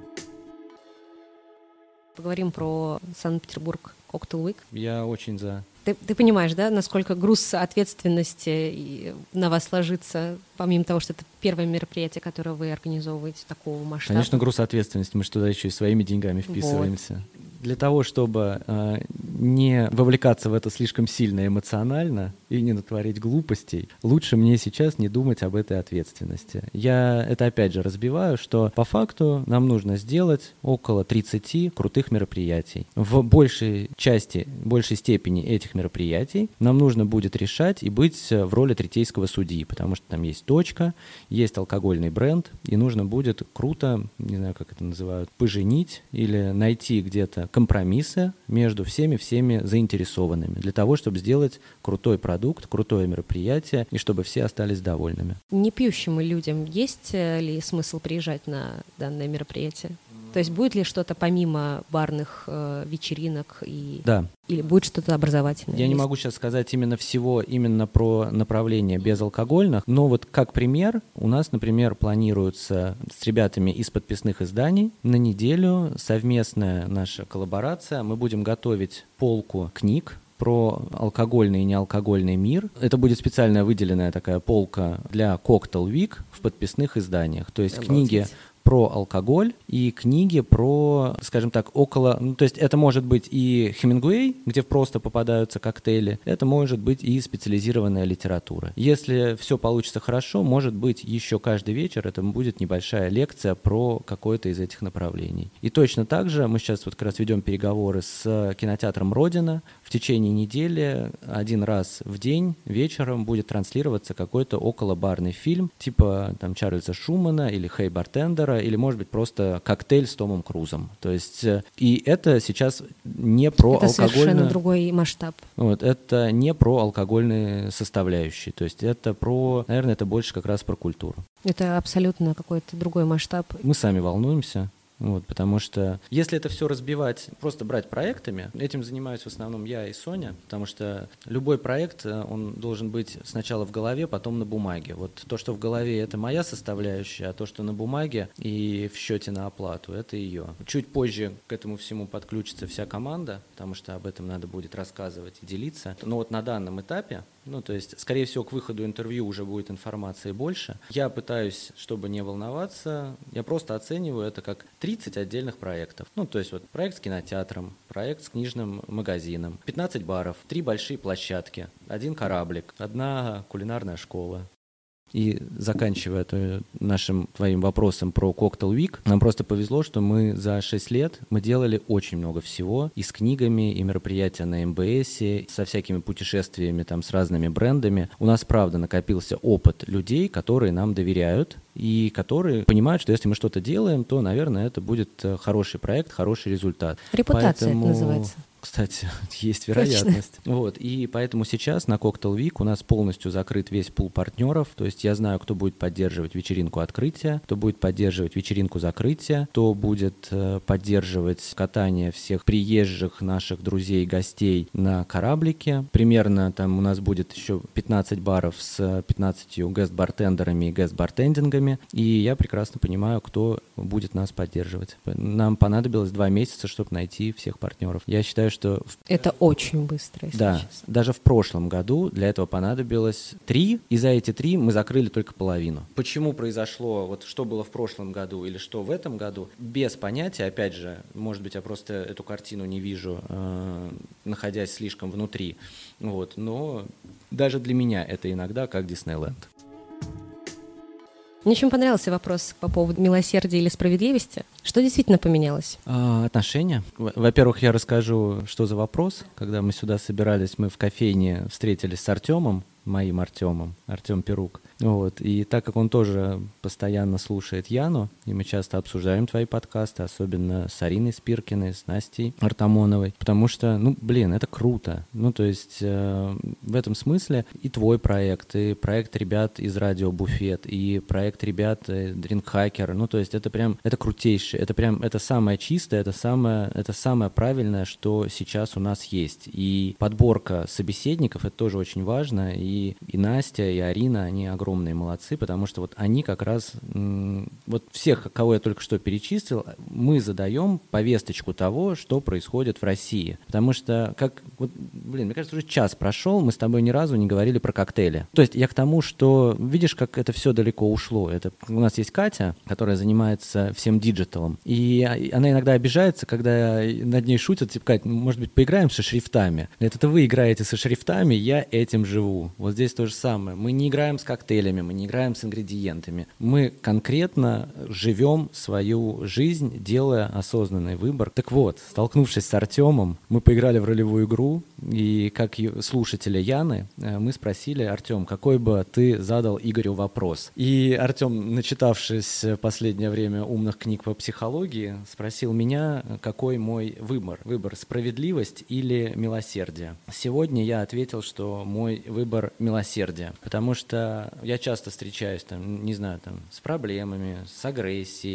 Поговорим про Санкт-Петербург Cocktail Week. Я очень за... Ты, ты понимаешь, да, насколько груз ответственности на вас ложится, помимо того, что это первое мероприятие, которое вы организовываете такого масштаба? Конечно, груз ответственности. Мы же туда еще и своими деньгами вписываемся. Вот. Для того, чтобы э, не вовлекаться в это слишком сильно эмоционально и не натворить глупостей, лучше мне сейчас не думать об этой ответственности. Я это опять же разбиваю, что по факту нам нужно сделать около тридцати крутых мероприятий. В большей части, большей степени этих мероприятий нам нужно будет решать и быть в роли третейского судьи, потому что там есть точка, есть алкогольный бренд, и нужно будет круто, не знаю, как это называют, поженить или найти где-то компромиссы между всеми-всеми заинтересованными для того, чтобы сделать крутой продукт, крутое мероприятие, и чтобы все остались довольными. Непьющим людям есть ли смысл приезжать на данное мероприятие? То есть будет ли что-то помимо барных э, вечеринок и... Да. Или будет что-то образовательное? Я не могу сейчас сказать именно всего, именно про направление безалкогольных, но вот как пример, у нас, например, планируется с ребятами из подписных изданий на неделю совместная наша коллаборация. Мы будем готовить полку книг про алкогольный и неалкогольный мир. Это будет специальная выделенная такая полка для Cocktail Week в подписных изданиях. То есть Обалдеть. Книги про алкоголь и книги про, скажем так, около... Ну, то есть это может быть и Хемингуэй, где просто попадаются коктейли, это может быть и специализированная литература. Если все получится хорошо, может быть, еще каждый вечер это будет небольшая лекция про какое-то из этих направлений. И точно так же мы сейчас вот как раз ведем переговоры с кинотеатром «Родина». В течение недели один раз в день вечером будет транслироваться какой-то околобарный фильм, типа там Чарльза Шумана или Хэй Бартендера, или, может быть, просто коктейль с Томом Крузом. То есть, и это сейчас не про это алкогольную... совершенно другой масштаб. Вот, это не про алкогольные составляющие. То есть это про... Наверное, это больше как раз про культуру. Это абсолютно какой-то другой масштаб. Мы сами волнуемся. Вот, потому что если это все разбивать, просто брать проектами, этим занимаюсь в основном я и Соня, потому что любой проект, он должен быть сначала в голове, потом на бумаге. Вот то, что в голове, это моя составляющая, а то, что на бумаге и в счете на оплату, это ее. Чуть позже к этому всему подключится вся команда, потому что об этом надо будет рассказывать и делиться. Но вот на данном этапе, ну, то есть, скорее всего, к выходу интервью уже будет информации больше. Я пытаюсь, чтобы не волноваться, я просто оцениваю это как тридцать отдельных проектов. Ну, то есть, вот проект с кинотеатром, проект с книжным магазином, пятнадцать баров, три большие площадки, один кораблик, одна кулинарная школа. И заканчивая то, нашим твоим вопросом про Cocktail Week, нам просто повезло, что мы за шесть лет мы делали очень много всего. И с книгами, и мероприятия на эм бэ эсе, со всякими путешествиями там, с разными брендами. У нас, правда, накопился опыт людей, которые нам доверяют и которые понимают, что если мы что-то делаем, то, наверное, это будет хороший проект, хороший результат. Репутация Поэтому... это называется. Кстати, есть вероятность. Вот, и поэтому сейчас на Cocktail Week у нас полностью закрыт весь пул партнеров. То есть я знаю, кто будет поддерживать вечеринку открытия, кто будет поддерживать вечеринку закрытия, кто будет э, поддерживать катание всех приезжих наших друзей и гостей на кораблике. Примерно там у нас будет еще пятнадцать баров с пятнадцатью гест-бартендерами и гест-бартендингами. И я прекрасно понимаю, кто будет нас поддерживать. Нам понадобилось два месяца, чтобы найти всех партнеров. Я считаю, что... Это очень быстро, если Да, честно. даже в прошлом году для этого понадобилось три, и за эти три мы закрыли только половину. Почему произошло, вот что было в прошлом году или что в этом году, без понятия, опять же, может быть, я просто эту картину не вижу, э, находясь слишком внутри, вот, но даже для меня это иногда как Диснейленд. Мне очень понравился вопрос по поводу милосердия или справедливости. Что действительно поменялось? А, отношения. Во-первых, я расскажу, что за вопрос. Когда мы сюда собирались, мы в кофейне встретились с Артемом, моим Артемом, Артем Перук. Вот. И так как он тоже постоянно слушает Яну, и мы часто обсуждаем твои подкасты, особенно с Ариной Спиркиной, с Настей Артамоновой, потому что, ну, блин, это круто. Ну, то есть э, в этом смысле и твой проект, и проект ребят из Радио Буфет, и проект ребят Drink Hacker, ну, то есть это прям, это крутейшее, это прям, это самое чистое, это самое, это самое правильное, что сейчас у нас есть. И подборка собеседников, это тоже очень важно, и И, и Настя, и Арина, они огромные молодцы, потому что вот они как раз, м- вот всех, кого я только что перечислил, мы задаем повесточку того, что происходит в России. Потому что, как, вот, блин, мне кажется, уже час прошел, мы с тобой ни разу не говорили про коктейли. То есть я к тому, что, видишь, как это все далеко ушло. Это, у нас есть Катя, которая занимается всем диджиталом, и она иногда обижается, когда над ней шутят, типа, Кать, может быть, поиграем со шрифтами? Это, это вы играете со шрифтами, я этим живу. Вот здесь то же самое. Мы не играем с коктейлями, мы не играем с ингредиентами. Мы конкретно живем свою жизнь, делая осознанный выбор. Так вот, столкнувшись с Артемом, мы поиграли в ролевую игру, и как слушателя Яны, мы спросили: Артем, какой бы ты задал Игорю вопрос? И Артем, начитавшись в последнее время умных книг по психологии, спросил меня, какой мой выбор. Выбор — справедливость или милосердие? Сегодня я ответил, что мой выбор — милосердие, потому что я часто встречаюсь, там, не знаю, там, с проблемами, с агрессией, с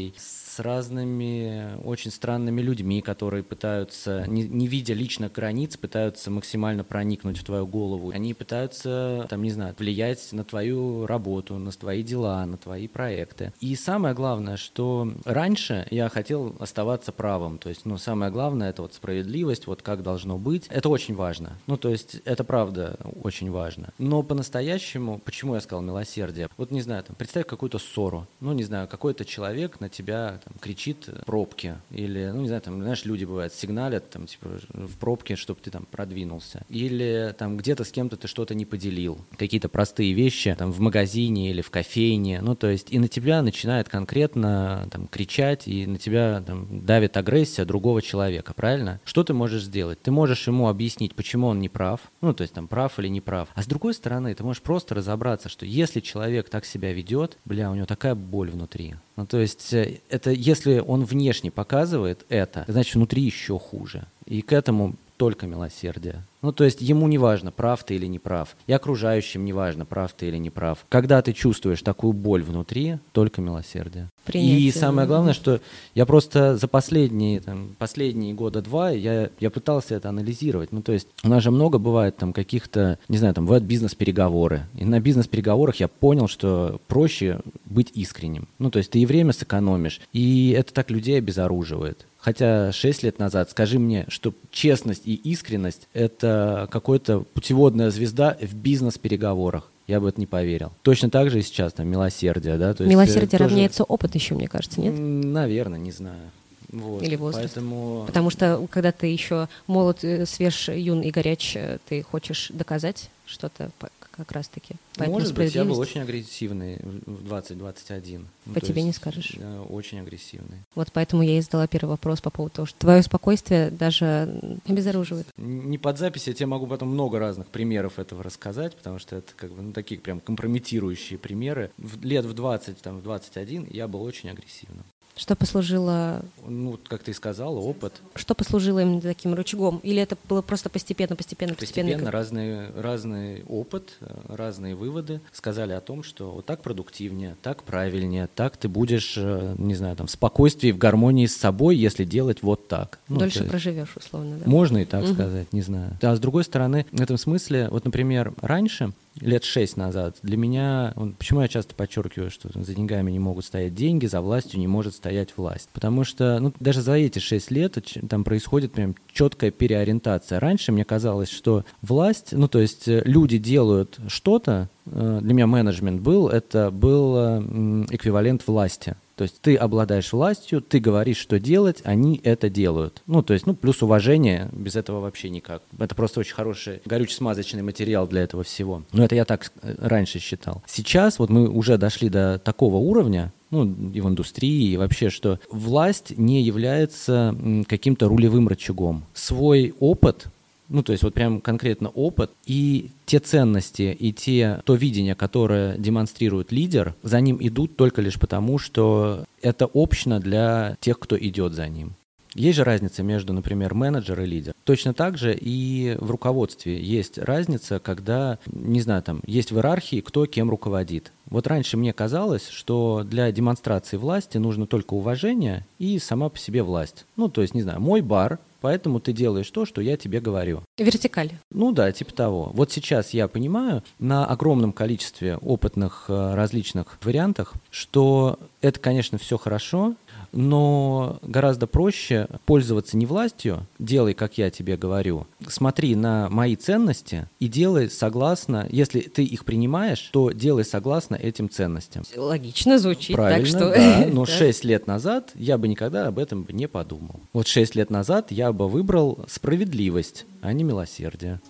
с разными очень странными людьми, которые пытаются, не, не видя личных границ, пытаются максимально проникнуть в твою голову. Они пытаются, там, не знаю, влиять на твою работу, на твои дела, на твои проекты. И самое главное, что раньше я хотел оставаться правым. То есть, ну, самое главное — это вот справедливость, вот как должно быть. Это очень важно. Ну, то есть, это правда очень важно. Но по-настоящему, почему я сказал милосердие? Вот, не знаю, там, представь какую-то ссору. Ну, не знаю, какой-то человек на тебя там кричит в пробке. Или, ну, не знаю, там, знаешь, люди бывают, сигналят там, типа, в пробке, чтобы ты там продвинулся. Или там где-то с кем-то ты что-то не поделил. Какие-то простые вещи там в магазине или в кофейне. Ну, то есть, и на тебя начинает конкретно там кричать, и на тебя там давит агрессия другого человека, правильно? Что ты можешь сделать? Ты можешь ему объяснить, почему он не прав. Ну, то есть, там, прав или не прав. А с другой стороны, ты можешь просто разобраться, что если человек так себя ведет, бля, у него такая боль внутри. Ну, то есть, это если он внешне показывает это, значит, внутри еще хуже. И к этому только милосердие. Ну, то есть ему не важно, прав ты или не прав. И окружающим не важно, прав ты или не прав. Когда ты чувствуешь такую боль внутри, только милосердие. Принятие. И самое главное, что я просто за последние, там, последние года два я, я пытался это анализировать. Ну, то есть у нас же много бывает там каких-то, не знаю, там бывают бизнес-переговоры. И на бизнес-переговорах я понял, что проще быть искренним. Ну, то есть ты и время сэкономишь, и это так людей обезоруживает. Хотя шесть лет назад, скажи мне, что честность и искренность — это какая-то путеводная звезда в бизнес-переговорах. Я бы это не поверил. Точно так же и сейчас, там, милосердие, да? То милосердие есть, равняется тоже... опыт еще, мне кажется, нет? Наверное, не знаю. Вот. Или возраст. Поэтому... Потому что, когда ты еще молод, свеж, юн и горяч, ты хочешь доказать что-то как раз-таки. Поэтому может быть, я был очень агрессивный в двадцать-двадцать один. По ну, тебе не скажешь. Очень агрессивный. Вот поэтому я и задала первый вопрос по поводу того, что твое спокойствие даже обезоруживает. Не под запись, я тебе могу потом много разных примеров этого рассказать, потому что это как бы ну, такие прям компрометирующие примеры. В, лет в двадцать, там, в двадцать один я был очень агрессивным. Что послужило... Ну, как ты сказала, опыт. Что послужило именно таким рычагом? Или это было просто постепенно, постепенно, постепенно? Постепенно разный, разный опыт, разные выводы сказали о том, что вот так продуктивнее, так правильнее, так ты будешь, не знаю, там, в спокойствии, в гармонии с собой, если делать вот так. Ну, дольше есть, проживешь, условно, да? Можно и так угу. сказать, не знаю. А с другой стороны, в этом смысле, вот, например, раньше... Лет шесть назад. Для меня, почему я часто подчеркиваю, что за деньгами не могут стоять деньги, за властью не может стоять власть. Потому что ну, даже за эти шесть лет там происходит прям четкая переориентация. Раньше мне казалось, что власть, ну то есть люди делают что-то, для меня менеджмент был, это был эквивалент власти. То есть ты обладаешь властью, ты говоришь, что делать, они это делают. Ну, то есть, ну, плюс уважение, без этого вообще никак. Это просто очень хороший горюче-смазочный материал для этого всего. Ну, это я так раньше считал. Сейчас вот мы уже дошли до такого уровня, ну, и в индустрии, и вообще, что власть не является каким-то рулевым рычагом. Свой опыт, ну, то есть вот прям конкретно опыт и те ценности, и те, то видение, которое демонстрирует лидер, за ним идут только лишь потому, что это общно для тех, кто идет за ним. Есть же разница между, например, менеджер и лидер. Точно так же и в руководстве есть разница, когда, не знаю, там есть в иерархии, кто кем руководит. Вот раньше мне казалось, что для демонстрации власти нужно только уважение и сама по себе власть. Ну, то есть, не знаю, мой бар, поэтому ты делаешь то, что я тебе говорю. Вертикаль. Ну да, типа того. Вот сейчас я понимаю на огромном количестве опытных различных вариантах, что это, конечно, все хорошо, но гораздо проще пользоваться не властью, делай, как я тебе говорю, смотри на мои ценности и делай согласно, если ты их принимаешь, то делай согласно этим ценностям. Логично звучит. Правильно, так что... да, но шесть лет назад я бы никогда об этом не подумал. Вот шесть лет назад я бы выбрал справедливость, а не милосердие.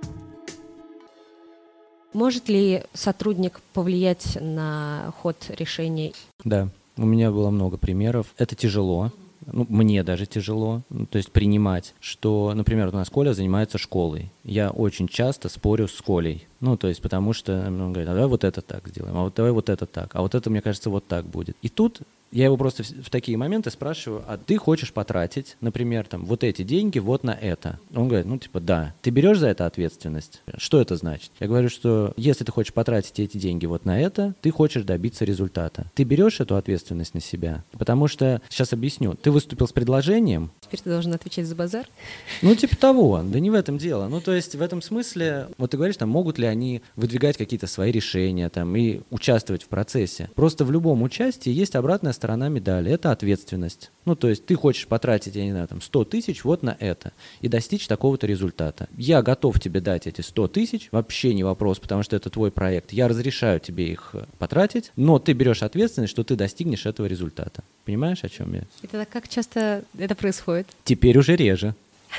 Может ли сотрудник повлиять на ход решения? Да. У меня было много примеров. Это тяжело. Ну, мне даже тяжело. Ну, то есть принимать, что, например, у нас Коля занимается школой. Я очень часто спорю с Колей. Ну, то есть потому что он говорит, а давай вот это так сделаем, а вот давай вот это так, а вот это, мне кажется, вот так будет. И тут я его просто в, в такие моменты спрашиваю, а ты хочешь потратить, например, там, вот эти деньги вот на это? Он говорит, ну, типа, да. Ты берешь за это ответственность? Что это значит? Я говорю, что если ты хочешь потратить эти деньги вот на это, ты хочешь добиться результата. Ты берешь эту ответственность на себя? Потому что, сейчас объясню, ты выступил с предложением. Теперь ты должен отвечать за базар? Ну, типа того, да не в этом дело. Ну, то есть в этом смысле, вот ты говоришь, там, могут ли они выдвигать какие-то свои решения там и участвовать в процессе. Просто в любом участии есть обратная сторона медали, это ответственность. Ну, то есть ты хочешь потратить, я не знаю, там, сто тысяч вот на это и достичь такого-то результата. Я готов тебе дать эти сто тысяч, вообще не вопрос, потому что это твой проект. Я разрешаю тебе их потратить, но ты берешь ответственность, что ты достигнешь этого результата. Понимаешь, о чем я? И тогда как часто это происходит? Теперь уже реже.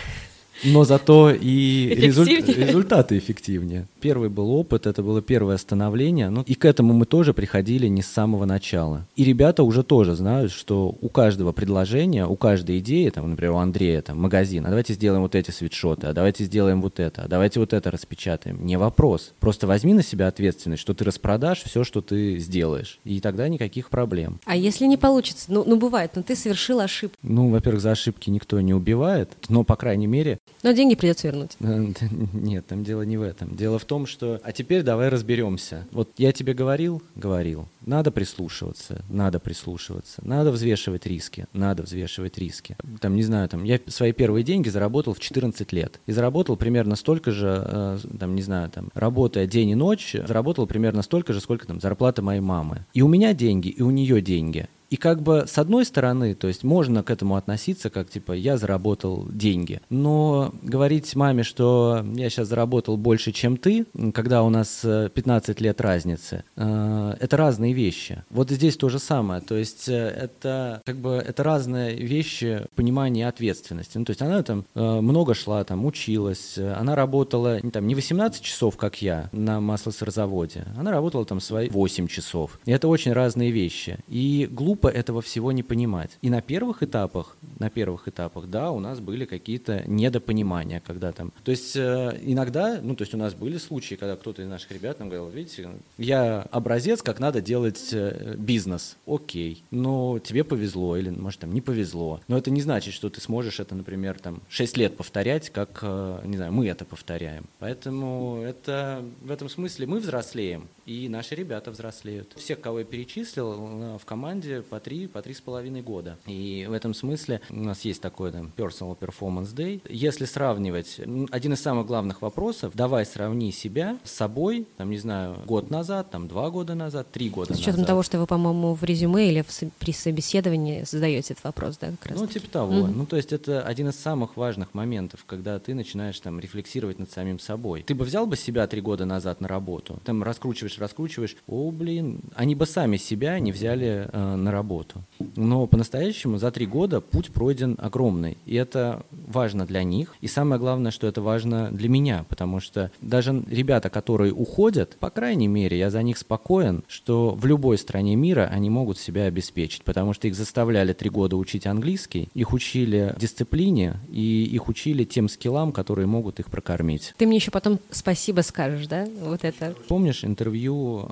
Но зато и результ... результаты эффективнее. Первый был опыт, это было первое становление. Ну, и к этому мы тоже приходили не с самого начала. И ребята уже тоже знают, что у каждого предложения, у каждой идеи, там, например, у Андрея там, магазин, а давайте сделаем вот эти свитшоты, а давайте сделаем вот это, а давайте вот это распечатаем. Не вопрос. Просто возьми на себя ответственность, что ты распродашь все, что ты сделаешь. И тогда никаких проблем. А если не получится? Ну, ну бывает, но ты совершил ошибку. Ну, во-первых, за ошибки никто не убивает, но, по крайней мере... Но деньги придется вернуть. Нет, там дело не в этом. Дело в том, что... А теперь давай разберемся. Вот я тебе говорил, говорил. Надо прислушиваться, надо прислушиваться. Надо взвешивать риски, надо взвешивать риски. Там, не знаю, там, я свои первые деньги заработал в четырнадцать лет. И заработал примерно столько же, э, там, не знаю, там, работая день и ночь, заработал примерно столько же, сколько там зарплата моей мамы. И у меня деньги, и у нее деньги. И как бы с одной стороны, то есть можно к этому относиться, как типа я заработал деньги, но говорить маме, что я сейчас заработал больше, чем ты, когда у нас пятнадцать лет разницы, э, это разные вещи. Вот здесь то же самое, то есть это как бы это разные вещи понимания ответственности. Ну, то есть она там э, много шла, там училась, она работала не, там, не восемнадцать часов, как я, на маслосырзаводе, она работала там свои восемь часов. И это очень разные вещи. И глупо этого всего не понимать. И на первых этапах, на первых этапах, да, у нас были какие-то недопонимания, когда там, то есть э, иногда, ну, то есть у нас были случаи, когда кто-то из наших ребят нам говорил, видите, я образец, как надо делать э, бизнес, окей, но тебе повезло или, может, там, не повезло, но это не значит, что ты сможешь это, например, там, шесть лет повторять, как, э, не знаю, мы это повторяем. Поэтому это, в этом смысле мы взрослеем, и наши ребята взрослеют. Всех, кого я перечислил, в команде по три, по три с половиной года. И в этом смысле у нас есть такой там Personal Performance Day. Если сравнивать, один из самых главных вопросов, давай сравни себя с собой, там, не знаю, год назад, там, два года назад, три года назад. С учетом назад. Того, что вы, по-моему, в резюме или в, при собеседовании задаете этот вопрос, да, как раз? Ну, типа того. Mm-hmm. Ну, то есть это один из самых важных моментов, когда ты начинаешь там рефлексировать над самим собой. Ты бы взял бы себя три года назад на работу, там раскручиваешь, раскручиваешь, о, блин, они бы сами себя не взяли э, на работу. Но по-настоящему за три года путь пройден огромный. И это важно для них. И самое главное, что это важно для меня, потому что даже ребята, которые уходят, по крайней мере, я за них спокоен, что в любой стране мира они могут себя обеспечить, потому что их заставляли три года учить английский, их учили дисциплине и их учили тем скиллам, которые могут их прокормить. Ты мне еще потом спасибо скажешь, да? Вот это. Помнишь интервью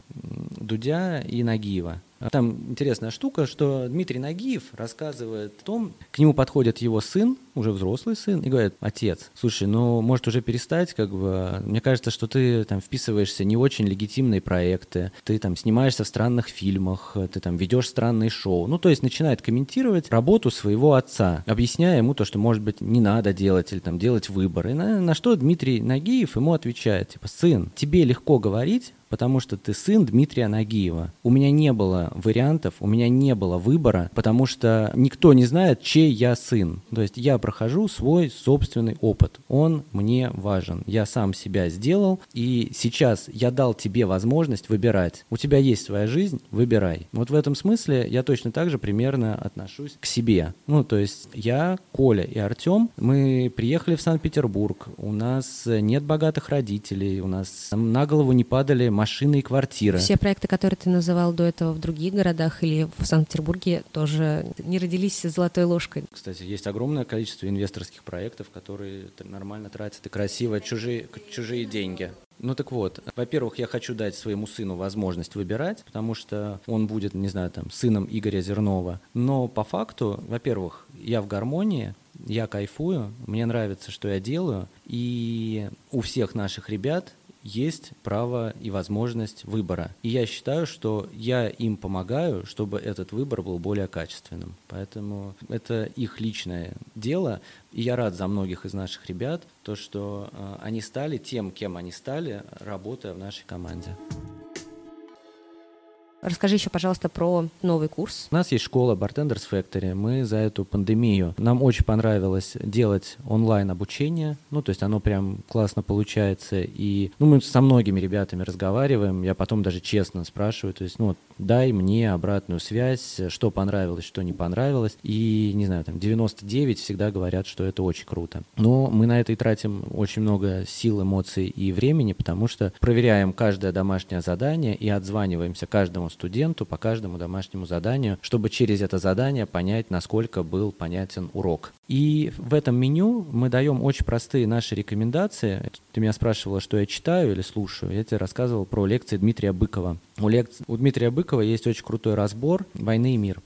Дудя и Нагиева? Там интересная штука, что Дмитрий Нагиев рассказывает о том, к нему подходит его сын, уже взрослый сын, и говорит: отец, слушай, ну, может уже перестать, как бы, мне кажется, что ты там вписываешься в не очень легитимные проекты, ты там снимаешься в странных фильмах, ты там ведешь странные шоу. Ну, то есть начинает комментировать работу своего отца, объясняя ему то, что, может быть, не надо делать или там делать выборы. И на, на что Дмитрий Нагиев ему отвечает, типа: сын, тебе легко говорить, потому что ты сын Дмитрия Нагиева. У меня не было вариантов, у меня не было выбора, потому что никто не знает, чей я сын. То есть я прохожу свой собственный опыт. Он мне важен. Я сам себя сделал, и сейчас я дал тебе возможность выбирать. У тебя есть своя жизнь, выбирай. Вот в этом смысле я точно так же примерно отношусь к себе. Ну, то есть я, Коля и Артем, мы приехали в Санкт-Петербург, у нас нет богатых родителей, у нас на голову не падали машины и квартиры. Все проекты, которые ты называл до этого в других других городах или в Санкт-Петербурге тоже не родились с золотой ложкой? Кстати, есть огромное количество инвесторских проектов, которые нормально тратят и красиво чужие, чужие деньги. Ну так вот, во-первых, я хочу дать своему сыну возможность выбирать, потому что он будет, не знаю, там, сыном Игоря Зернова. Но по факту, во-первых, я в гармонии, я кайфую, мне нравится, что я делаю, и у всех наших ребят есть право и возможность выбора. И я считаю, что я им помогаю, чтобы этот выбор был более качественным. Поэтому это их личное дело. И я рад за многих из наших ребят, то, что э, они стали тем, кем они стали, работая в нашей команде. Расскажи еще, пожалуйста, про новый курс. У нас есть школа Bartenders Factory. Мы за эту пандемию, нам очень понравилось делать онлайн-обучение. Ну, то есть оно прям классно получается. И ну, мы со многими ребятами разговариваем. Я потом даже честно спрашиваю, то есть, ну, дай мне обратную связь, что понравилось, что не понравилось. И, не знаю, там девяносто девять всегда говорят, что это очень круто. Но мы на это и тратим очень много сил, эмоций и времени, потому что проверяем каждое домашнее задание и отзваниваемся каждому студенту по каждому домашнему заданию, чтобы через это задание понять, насколько был понятен урок. И в этом меню мы даем очень простые наши рекомендации. Ты меня спрашивала, что я читаю или слушаю. Я тебе рассказывал про лекции Дмитрия Быкова. У, лекци... У Дмитрия Быкова есть очень крутой разбор «Войны и мир».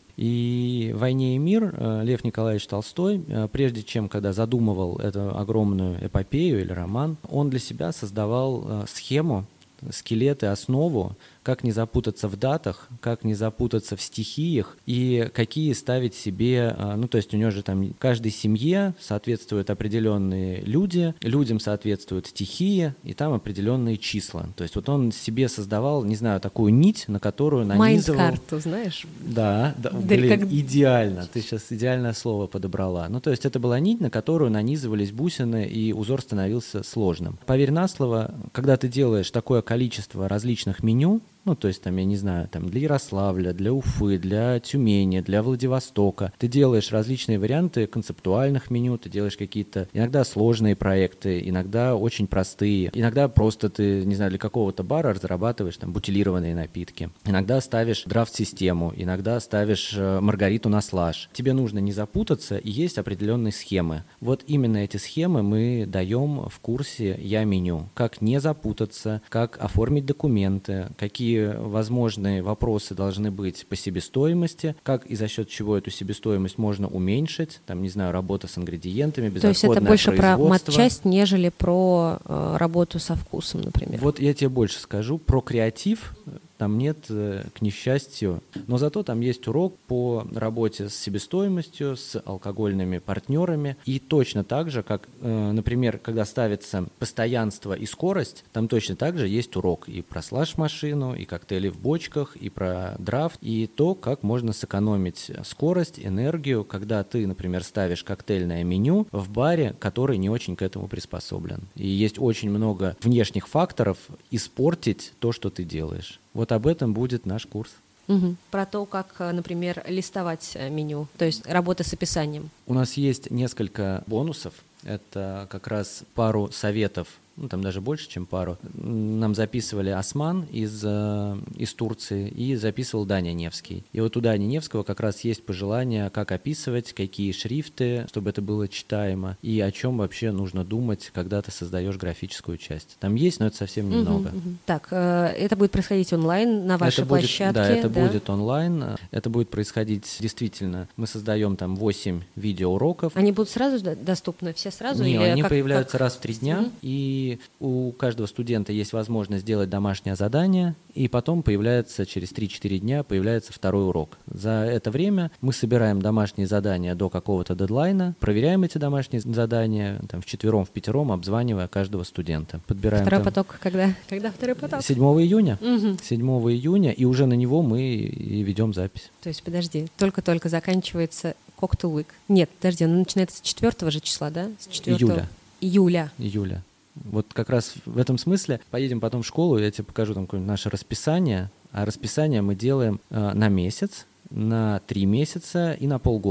И в «Войне и мир» Лев Николаевич Толстой, прежде чем, когда задумывал эту огромную эпопею или роман, он для себя создавал схему, скелет и основу, как не запутаться в датах, как не запутаться в стихиях и какие ставить себе, ну то есть у него же там каждой семье соответствуют определенные люди, людям соответствуют стихии и там определенные числа. То есть вот он себе создавал, не знаю, такую нить, на которую нанизывал... Майнд-карту, знаешь? Да, да, да блин, как... идеально, ты сейчас идеальное слово подобрала. Ну то есть это была нить, на которую нанизывались бусины и узор становился сложным. Поверь на слово, когда ты делаешь такое количество различных меню, ну, то есть, там, я не знаю, там, для Ярославля, для Уфы, для Тюмени, для Владивостока. Ты делаешь различные варианты концептуальных меню, ты делаешь какие-то иногда сложные проекты, иногда очень простые, иногда просто ты, не знаю, для какого-то бара разрабатываешь там бутилированные напитки, иногда ставишь драфт-систему, иногда ставишь э, маргариту на слаж. Тебе нужно не запутаться, и есть определенные схемы. Вот именно эти схемы мы даем в курсе «Я меню». Как не запутаться, как оформить документы, какие возможные вопросы должны быть по себестоимости, как и за счет чего эту себестоимость можно уменьшить, там, не знаю, работа с ингредиентами, безотходное производство. То есть это больше про матчасть, нежели про э, работу со вкусом, например? Вот я тебе больше скажу, про креатив там нет, к несчастью, но зато там есть урок по работе с себестоимостью, с алкогольными партнерами. И точно так же, как, например, когда ставится постоянство и скорость, там точно так же есть урок и про слэш-машину, и коктейли в бочках, и про драфт, и то, как можно сэкономить скорость, энергию, когда ты, например, ставишь коктейльное меню в баре, который не очень к этому приспособлен. И есть очень много внешних факторов испортить то, что ты делаешь. Вот об этом будет наш курс. Угу. Про то, как, например, листовать меню, то есть работа с описанием. У нас есть несколько бонусов. Это как раз пару советов, ну там даже больше, чем пару. Нам записывали Осман из, э, из Турции и записывал Даня Невский. И вот у Дани Невского как раз есть пожелания, как описывать, какие шрифты, чтобы это было читаемо, и о чем вообще нужно думать, когда ты создаешь графическую часть. Там есть, но это совсем немного. Угу, угу. Так, э, это будет происходить онлайн на вашей это будет, площадке? Да, это да? будет онлайн. Это будет происходить действительно. Мы создаем там восемь видеоуроков. Они будут сразу доступны, все сразу? Нет, или они как, появляются как... раз в три дня, угу. И у каждого студента есть возможность сделать домашнее задание, и потом появляется, через три-четыре дня, появляется второй урок. За это время мы собираем домашние задания до какого-то дедлайна, проверяем эти домашние задания, там, вчетвером, впятером, обзванивая каждого студента. Подбираем второй там... поток когда? Когда второй поток? седьмого июня. Угу. седьмого июня, и уже на него мы и ведем запись. То есть, подожди, только-только заканчивается Cocktail Week. Нет, подожди, он начинается с четвёртого же числа, да? С четвёртого... Июля. Июля. Июля. Вот как раз в этом смысле поедем потом в школу, я тебе покажу там какое-нибудь наше расписание. А расписание мы делаем э, на месяц, на три месяца и на полгода.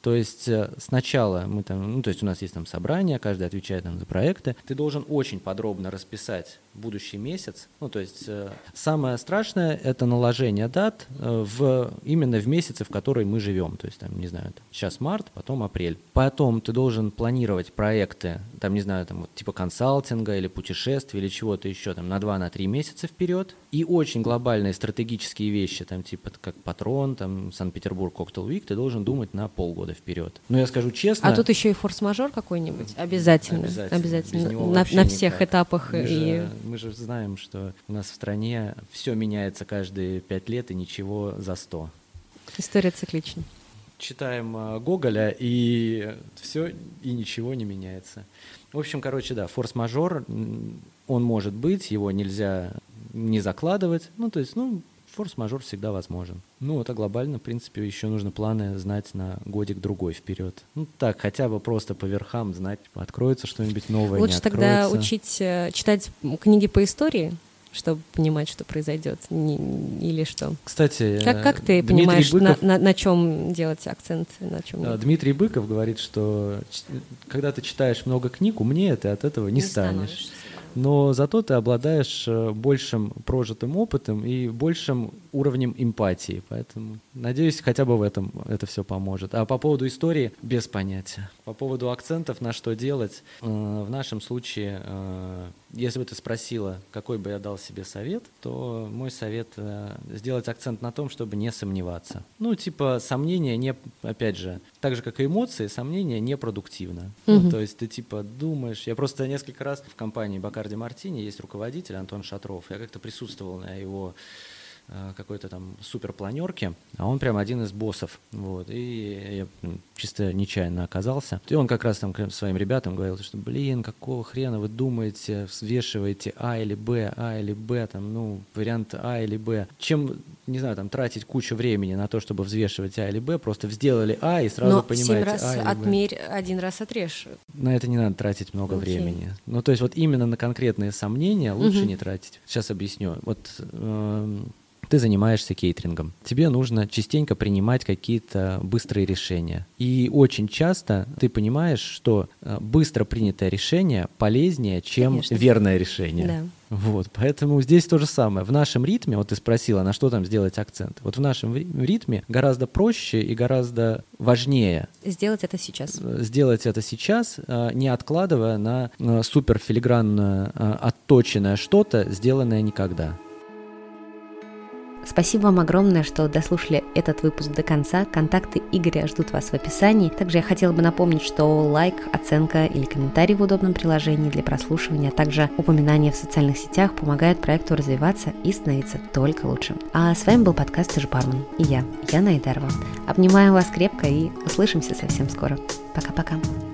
То есть сначала мы там, ну, то есть у нас есть там собрание, каждый отвечает там за проекты. Ты должен очень подробно расписать будущий месяц. Ну, то есть самое страшное — это наложение дат в, именно в месяцы, в которые мы живем. То есть, там, не знаю, там, сейчас март, потом апрель. Потом ты должен планировать проекты, там, не знаю, там, вот, типа консалтинга или путешествия или чего-то еще там на два-три месяца вперед. И очень глобальные стратегические вещи, там, типа как Патрон, там, Санкт-Петербург Cocktail Week, ты должен думать на полгода вперед. Но я скажу честно... А тут еще и форс-мажор какой-нибудь? Обязательно. Обязательно. Обязательно. На, на всех никак. этапах. Мы, и... же, мы же знаем, что у нас в стране все меняется каждые пять лет и ничего за сто. История циклична. Читаем uh, Гоголя, и все, и ничего не меняется. В общем, короче, да, форс-мажор, он может быть, его нельзя не закладывать. Ну, то есть, ну, форс-мажор всегда возможен. Ну, это глобально, в принципе, еще нужно планы знать на годик-другой вперед. Ну, так, хотя бы просто по верхам знать, откроется что-нибудь новое, Лучше не тогда откроется. учить, читать книги по истории, чтобы понимать, что произойдет, не, или что? Кстати, как, как ты Дмитрий понимаешь, Быков, на, на, на чем делать акцент? На чем нет? Дмитрий Быков говорит, что когда ты читаешь много книг, умнее ты от этого не, не станешь. Но зато ты обладаешь большим прожитым опытом и большим уровнем эмпатии. Поэтому, надеюсь, хотя бы в этом это все поможет. А по поводу истории — без понятия. По поводу акцентов, на что делать, в нашем случае, если бы ты спросила, какой бы я дал себе совет, то мой совет — сделать акцент на том, чтобы не сомневаться. Ну, типа, сомнения не, опять же, так же, как и эмоции, сомнения непродуктивно. Mm-hmm. Ну, то есть ты, типа, думаешь... Я просто несколько раз в компании Бакарди Мартини есть руководитель Антон Шатров. Я как-то присутствовал на его какой-то там суперпланерке, а он прям один из боссов, вот, и я чисто нечаянно оказался. И он как раз там своим ребятам говорил, что, блин, какого хрена вы думаете, взвешиваете А или Б, А или Б, там, ну, вариант А или Б. Чем, не знаю, там, тратить кучу времени на то, чтобы взвешивать А или Б, просто сделали А и сразу Но понимаете семь раз А или Б. отмерь, один раз отрежь. На это не надо тратить много okay. времени. Ну, то есть вот именно на конкретные сомнения лучше uh-huh. не тратить. Сейчас объясню. Вот... Э- Ты занимаешься кейтерингом. Тебе нужно частенько принимать какие-то быстрые решения. И очень часто ты понимаешь, что быстро принятое решение полезнее, чем Конечно. верное решение. Да. Вот, поэтому здесь то же самое. В нашем ритме, вот ты спросила, на что там сделать акцент. Вот в нашем ритме гораздо проще и гораздо важнее сделать это сейчас. Сделать это сейчас, не откладывая на суперфилигранное, отточенное что-то, сделанное никогда. Спасибо вам огромное, что дослушали этот выпуск до конца. Контакты Игоря ждут вас в описании. Также я хотела бы напомнить, что лайк, оценка или комментарий в удобном приложении для прослушивания, а также упоминания в социальных сетях помогают проекту развиваться и становиться только лучше. А с вами был подкаст «Ты ж бармен» и я, Яна Айдарова. Обнимаю вас крепко и услышимся совсем скоро. Пока-пока.